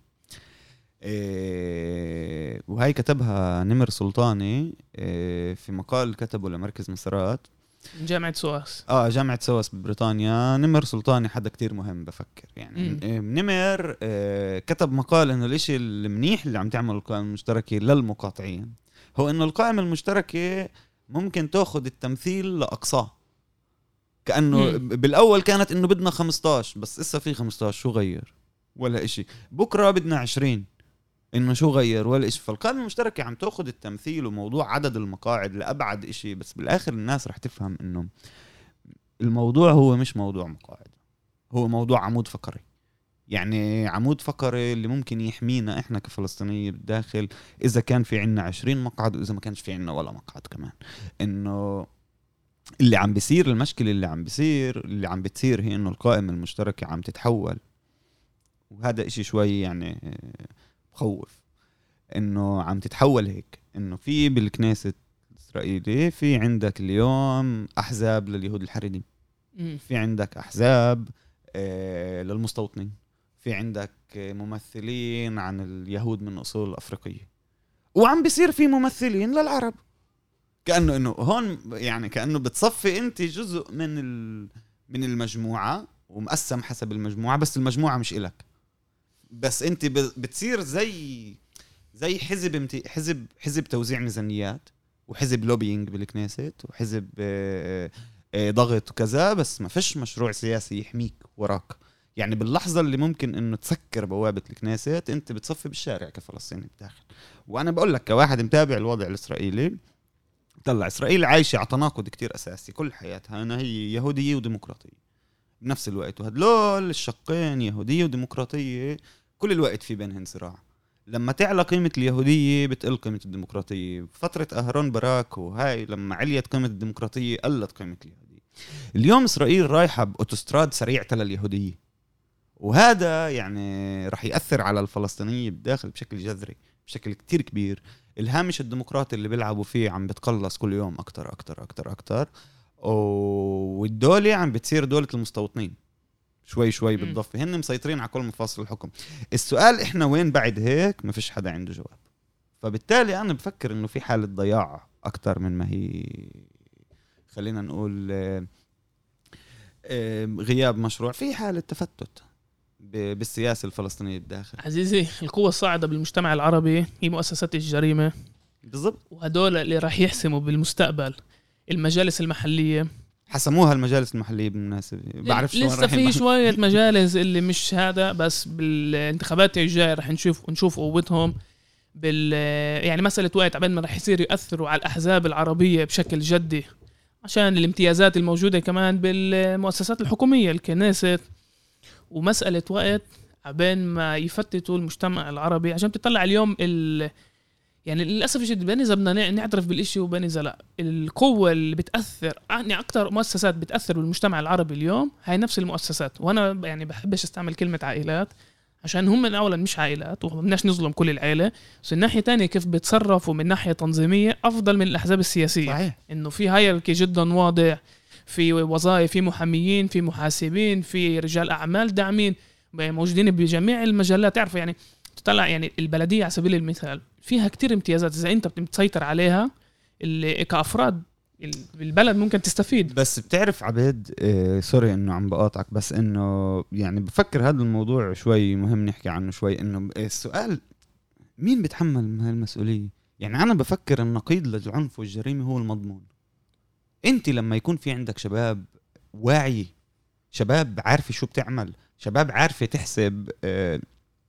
إيه... وهي كتبها نمر سلطاني إيه... في مقال كتبه لمركز مسارات جامعة سواس. اه جامعة سواس ببريطانيا. نمر سلطاني حدا كتير مهم بفكر يعني. م. نمر آه كتب مقال انه الاشي المنيح اللي عم تعمل القائمة المشتركة للمقاطعين هو انه القائمة المشتركة ممكن تاخد التمثيل لأقصاه. كأنه م. بالاول كانت انه بدنا خمستاشر، بس اسا في خمستاشر، شو غير؟ ولا اشي. بكرة بدنا عشرين، انه شو غير ولا إشي. فالقائمة المشتركة عم تأخذ التمثيل وموضوع عدد المقاعد لأبعد إشي، بس بالآخر الناس رح تفهم انه الموضوع هو مش موضوع مقاعد، هو موضوع عمود فقري. يعني عمود فقري اللي ممكن يحمينا احنا كفلسطينيين بالداخل اذا كان في عنا عشرين مقعد واذا ما كانش في عنا ولا مقعد كمان. انه اللي عم بيصير، المشكلة اللي عم بيصير اللي عم بتصير هي انه القائمة المشتركة عم تتحول، وهذا اشي شوي يعني بخوف انه عم تتحول هيك. انه في بالكنيست الاسرائيلي في عندك اليوم احزاب لليهود الحريديم، في عندك احزاب آه للمستوطنين، في عندك ممثلين عن اليهود من اصول افريقيه، وعم بيصير في ممثلين للعرب. كانه انه هون يعني كانه بتصفي انت جزء من من المجموعه ومقسم حسب المجموعه، بس المجموعه مش إلك، بس انت بتصير زي زي حزب امتي... حزب حزب توزيع ميزانيات وحزب لوبينج بالكنيست وحزب ضغط وكذا، بس ما فيش مشروع سياسي يحميك وراك. يعني باللحظة اللي ممكن انه تسكر بوابة الكنيست انت بتصفي بالشارع كفلسطيني بداخل. وانا بقول لك كواحد متابع الوضع الاسرائيلي، طلع اسرائيل عايشة على تناقض كتير اساسي كل حياتها، انها هي يهودية وديمقراطية بنفس الوقت، وهدول الشقين يهودية وديمقراطية كل الوقت في بينهن صراع. لما تعلى قيمة اليهودية بتقل قيمة الديمقراطية. فترة أهرون باراك وهاي لما عليت قيمة الديمقراطية قلت قيمة اليهودية. اليوم إسرائيل رايحة بأوتوستراد سريع تلا اليهودية، وهذا يعني رح يأثر على الفلسطينية بالداخل بشكل جذري بشكل كتير كبير. الهامش الديمقراطي اللي بيلعبوا فيه عم بتقلص كل يوم أكتر أكتر أكتر أكتر، والدولة عم بتصير دولة المستوطنين شوي شوي بالضفة، هن مسيطرين على كل مفاصل الحكم. السؤال إحنا وين بعد هيك؟ ما فيش حدا عنده جواب. فبالتالي أنا بفكر إنه في حالة ضياع أكتر من ما هي، خلينا نقول غياب مشروع، في حالة تفتت بالسياسة الفلسطينية الداخل. عزيزي، القوة الصاعدة بالمجتمع العربي هي مؤسسات الجريمة بالضبط، وهدول اللي راح يحسموا بالمستقبل المجالس المحلية. حسموها المجالس المحلية بالمناسبة، بعرف شو لسه في شوية مجالس اللي مش هذا، بس بالانتخابات الجاية رح نشوف نشوف قوتهم بال يعني مسألة وقت عبين ما رح يصير يأثروا على الأحزاب العربية بشكل جدي، عشان الامتيازات الموجودة كمان بالمؤسسات الحكومية الكنيست، ومسألة وقت عبين ما يفتتوا المجتمع العربي. عشان تطلع اليوم ال يعني للأسف الشديد بين إذا بدنا نعترف بالإشي وبين إذا لا، القوة اللي بتأثر يعني أكتر مؤسسات بتأثر بالمجتمع العربي اليوم هاي نفس المؤسسات. وأنا يعني بحبش استعمل كلمة عائلات عشان هم من أولا مش عائلات ومبناش نظلم كل العائلة، بس الناحية تانية كيف بتصرفوا من ناحية تنظيمية أفضل من الأحزاب السياسية. صحيح. إنه في هايراركي جدا واضح، في وظائف، في محاميين، في محاسبين، في رجال أعمال داعمين موجودين بجميع المجالات. تعرفوا يعني تطلع يعني البلدية على سبيل المثال فيها كتير امتيازات، إذا أنت بتسيطر عليها اللي كأفراد البلد ممكن تستفيد. بس بتعرف عبيد، آه سوري إنه عم بقاطعك، بس إنه يعني بفكر هذا الموضوع شوي مهم نحكي عنه شوي. إنه السؤال مين بتحمل هالمسؤولية؟ يعني أنا بفكر النقيض للعنف والجريمة هو المضمون. أنت لما يكون في عندك شباب واعي، شباب عارفة شو بتعمل، شباب عارفة تحسب آه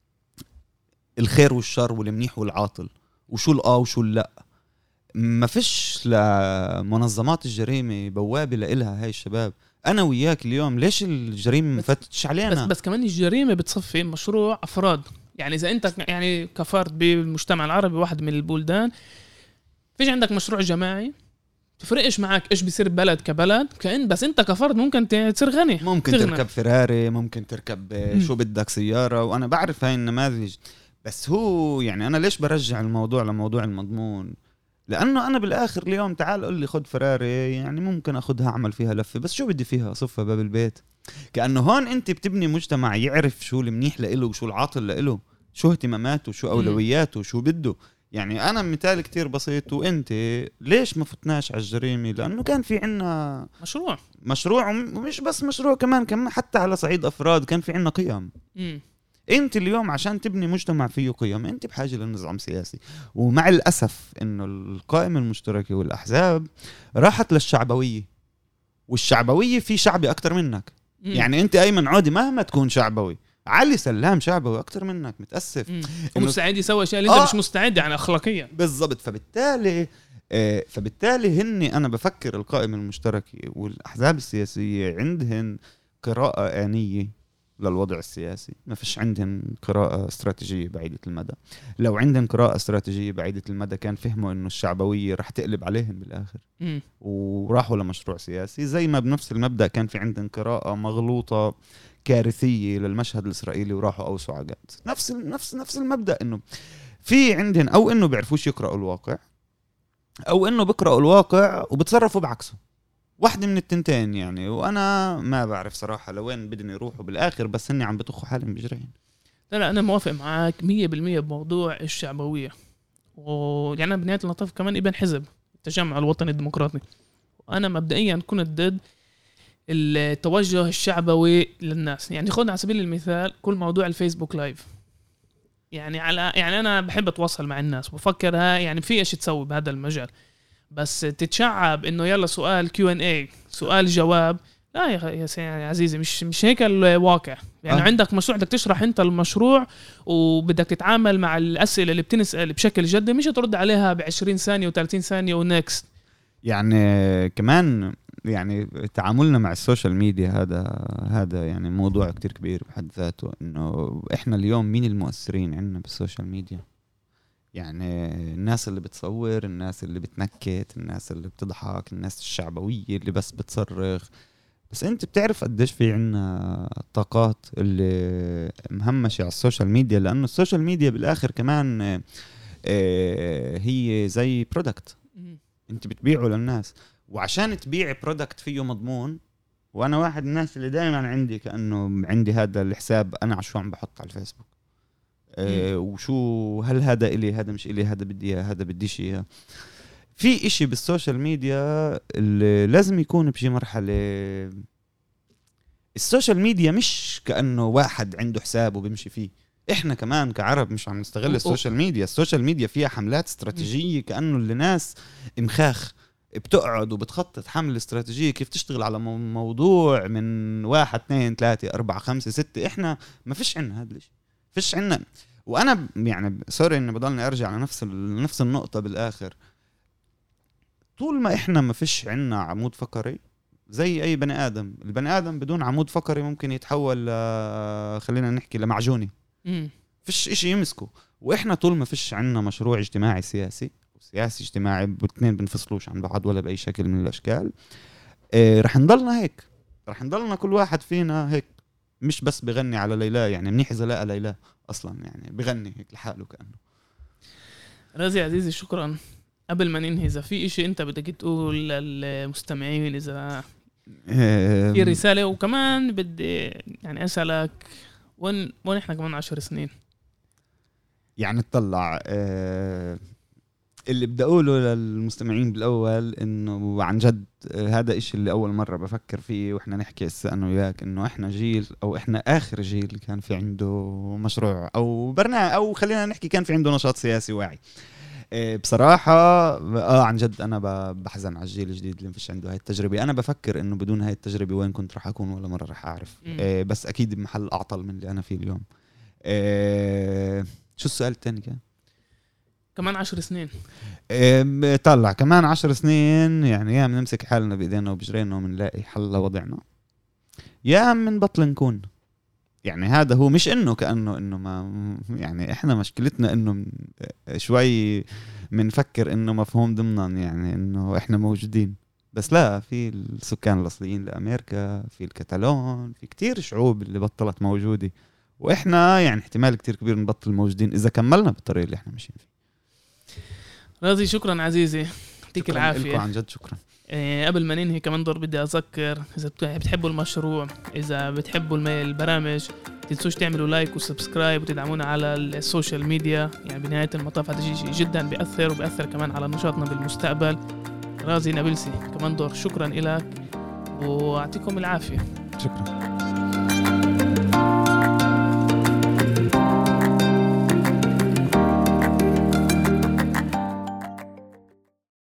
الخير والشر والمنيح والعاطل وشو الآه وشو اللا، ما فيش لمنظمات الجريمة بوابة لإلها هاي الشباب. أنا وياك اليوم ليش الجريمة ما فتش علينا؟ بس, بس كمان الجريمة بتصفي مشروع أفراد. يعني إذا أنت يعني كفرد بالمجتمع العربي واحد من البلدان فيش عندك مشروع جماعي، تفرقش معك إيش بيصير بلد كبلد كأن، بس أنت كفرد ممكن تصير غني، ممكن تغنى. تركب فراري، ممكن تركب شو بدك سيارة، وأنا بعرف هاي النماذج. بس هو يعني أنا ليش برجع الموضوع لموضوع المضمون؟ لأنه أنا بالآخر اليوم تعال قل لي خد فراري، يعني ممكن أخدها أعمل فيها لفة، بس شو بدي فيها أصفها باب البيت. كأنه هون أنت بتبني مجتمع يعرف شو المنيح لإله وشو العاطل لإله، شو اهتماماته شو أولوياته شو بده. يعني أنا مثال كتير بسيط، وأنت ليش ما فتناش على الجريمة؟ لأنه كان في عنا مشروع مشروع ومش بس مشروع، كمان كمان حتى على صعيد أفراد كان في عنا قيم. م. انت اليوم عشان تبني مجتمع فيه قيم انت بحاجة لنظام سياسي. ومع الأسف انه القائمة المشتركة والأحزاب راحت للشعبوية، والشعبوية في شعبي أكتر منك. م. يعني انت أيمن عودي مهما تكون شعبوي علي سلام شعبوي اكتر منك متاسف ومستعد يسوي اشياء اللي انت آه مش مستعد يعني اخلاقيا بالضبط. فبالتالي آه فبالتالي هني انا بفكر القائمه المشتركه والاحزاب السياسيه عندهن قراءه آنية للوضع السياسي، ما فيش عندهم قراءة استراتيجية بعيدة المدى. لو عندهم قراءة استراتيجية بعيدة المدى كان فهموا إنه الشعبوية رح تقلب عليهم بالآخر م. وراحوا لمشروع سياسي. زي ما بنفس المبدأ كان في عندهم قراءة مغلوطة كارثية للمشهد الإسرائيلي وراحوا أوسوا عقد. نفس نفس نفس المبدأ إنه في عندهم أو إنه بيعرفوش يقرأوا الواقع أو إنه بيقرأوا الواقع وبتصرفوا بعكسه، واحدة من التنتين يعني. وأنا ما بعرف صراحة لوين بدهم يروحوا بالآخر، بس هني عم بتخوا حالهم بجرين. لا لا أنا موافق معاك مية بالمية بموضوع الشعبوية، ويعني أنا بنهاية المطاف كمان ابن حزب التجمع الوطني الديمقراطي، وأنا مبدئيا كنت ضد التوجه الشعبوي للناس. يعني خذ على سبيل المثال كل موضوع الفيسبوك لايف، يعني على يعني أنا بحب أتواصل مع الناس وبفكرها يعني في إيش تسوي بهذا المجال، بس تتشعب انه يلا سؤال كيو ان اي سؤال جواب، لا يا يا عزيزي مش مش هيك الواقع. يعني آه. عندك مشروع بدك تشرح انت المشروع وبدك تتعامل مع الاسئله اللي بتنسال بشكل جدي، مش ترد عليها بعشرين ثانيه وثلاثين ثانيه ونكست. يعني كمان يعني تعاملنا مع السوشيال ميديا هذا هذا يعني موضوع كتير كبير بحد ذاته. انه احنا اليوم مين المؤثرين عندنا بالسوشيال ميديا؟ يعني الناس اللي بتصور، الناس اللي بتنكت، الناس اللي بتضحك، الناس الشعبوية اللي بس بتصرخ. بس انت بتعرف قديش في عنا طاقات اللي مهمشة على السوشيال ميديا، لأنه السوشيال ميديا بالآخر كمان هي زي برودكت انت بتبيعه للناس، وعشان تبيع برودكت فيه مضمون. وانا واحد من الناس اللي دائما عندي كأنه عندي هذا الحساب انا عشو عم بحط على الفيسبوك أه وشو هل هذا إلي هذا مش إلي هذا بدي هذا بديش إياه. في إشي بالسوشيال ميديا اللي لازم يكون بشي مرحلة. السوشيال ميديا مش كأنه واحد عنده حساب وبيمشي فيه. إحنا كمان كعرب مش عم نستغل السوشيال ميديا. السوشيال ميديا فيها حملات استراتيجية كأنه اللي ناس مخاخ بتقعد وبتخطط حملة استراتيجية كيف تشتغل على موضوع من واحد اثنين ثلاثة أربعة خمسة ستة. إحنا ما فيش عنا هذا الشيء، فيش عنا. وانا يعني سوري اني بضلني ارجع لنفس نفس النقطه بالاخر. طول ما احنا ما فيش عنا عمود فقري زي اي بني ادم، البني ادم بدون عمود فقري ممكن يتحول خلينا نحكي لمعجوني، فيش اشي يمسكه. واحنا طول ما فيش عنا مشروع اجتماعي سياسي سياسي اجتماعي بالاثنين بنفصلوش عن بعض ولا باي شكل من الاشكال، اه رح نضلنا هيك، رح نضلنا كل واحد فينا هيك. مش بس بغني على ليلى، يعني منيح إذا لقى ليلى أصلا، يعني بغني هيك لحاله كأنه. رازي عزيزي شكرا. قبل ما ننهي إذا في إشي أنت بدك تقول للمستمعين، إذا في رسالة، وكمان بدي يعني أسألك وين وين إحنا كمان عشر سنين؟ يعني تطلع أه اللي بدي أقوله للمستمعين بالأول إنه عن جد هذا إشي اللي أول مرة بفكر فيه وإحنا نحكي هسه أنا وياك، إنه إحنا جيل أو إحنا آخر جيل كان في عنده مشروع أو برنامج أو خلينا نحكي كان في عنده نشاط سياسي واعي. بصراحة آه عن جد أنا بحزن على الجيل الجديد اللي مفيش عنده هاي التجربة. أنا بفكر إنه بدون هاي التجربة وين كنت رح أكون ولا مرة رح أعرف. آه بس أكيد بمحل أعطل من اللي أنا فيه اليوم. آه شو السؤال التاني كان؟ كمان عشر سنين إيه طلع كمان عشر سنين، يعني يا منمسك حالنا بإيدينا وبجرينا ومنلاقي حل لوضعنا، يا من بطل نكون. يعني هذا هو، مش إنه كأنه إنه ما يعني إحنا مشكلتنا إنه شوي منفكر إنه مفهوم ضمنا، يعني إنه إحنا موجودين بس لا. في السكان الأصليين لأمريكا، في الكتالون، في كتير شعوب اللي بطلت موجودة، وإحنا يعني احتمال كتير كبير نبطل موجودين إذا كملنا بالطريقة اللي إحنا ماشيين فيه. رازي شكرا عزيزي، يعطيك العافية. عن جد شكرا. إيه قبل ما ننهي كمان دور بدي أذكر، إذا بتحبوا المشروع، إذا بتحبوا البرامج، تنسوش تعملوا لايك وسبسكرايب وتدعمونا على السوشيال ميديا. يعني بنهاية المطاف هذا شيء جدا بيأثر وبيأثر كمان على نشاطنا بالمستقبل. رازي نابلسي كمان دور شكرا إلك وأعطيكم العافية. شكرا.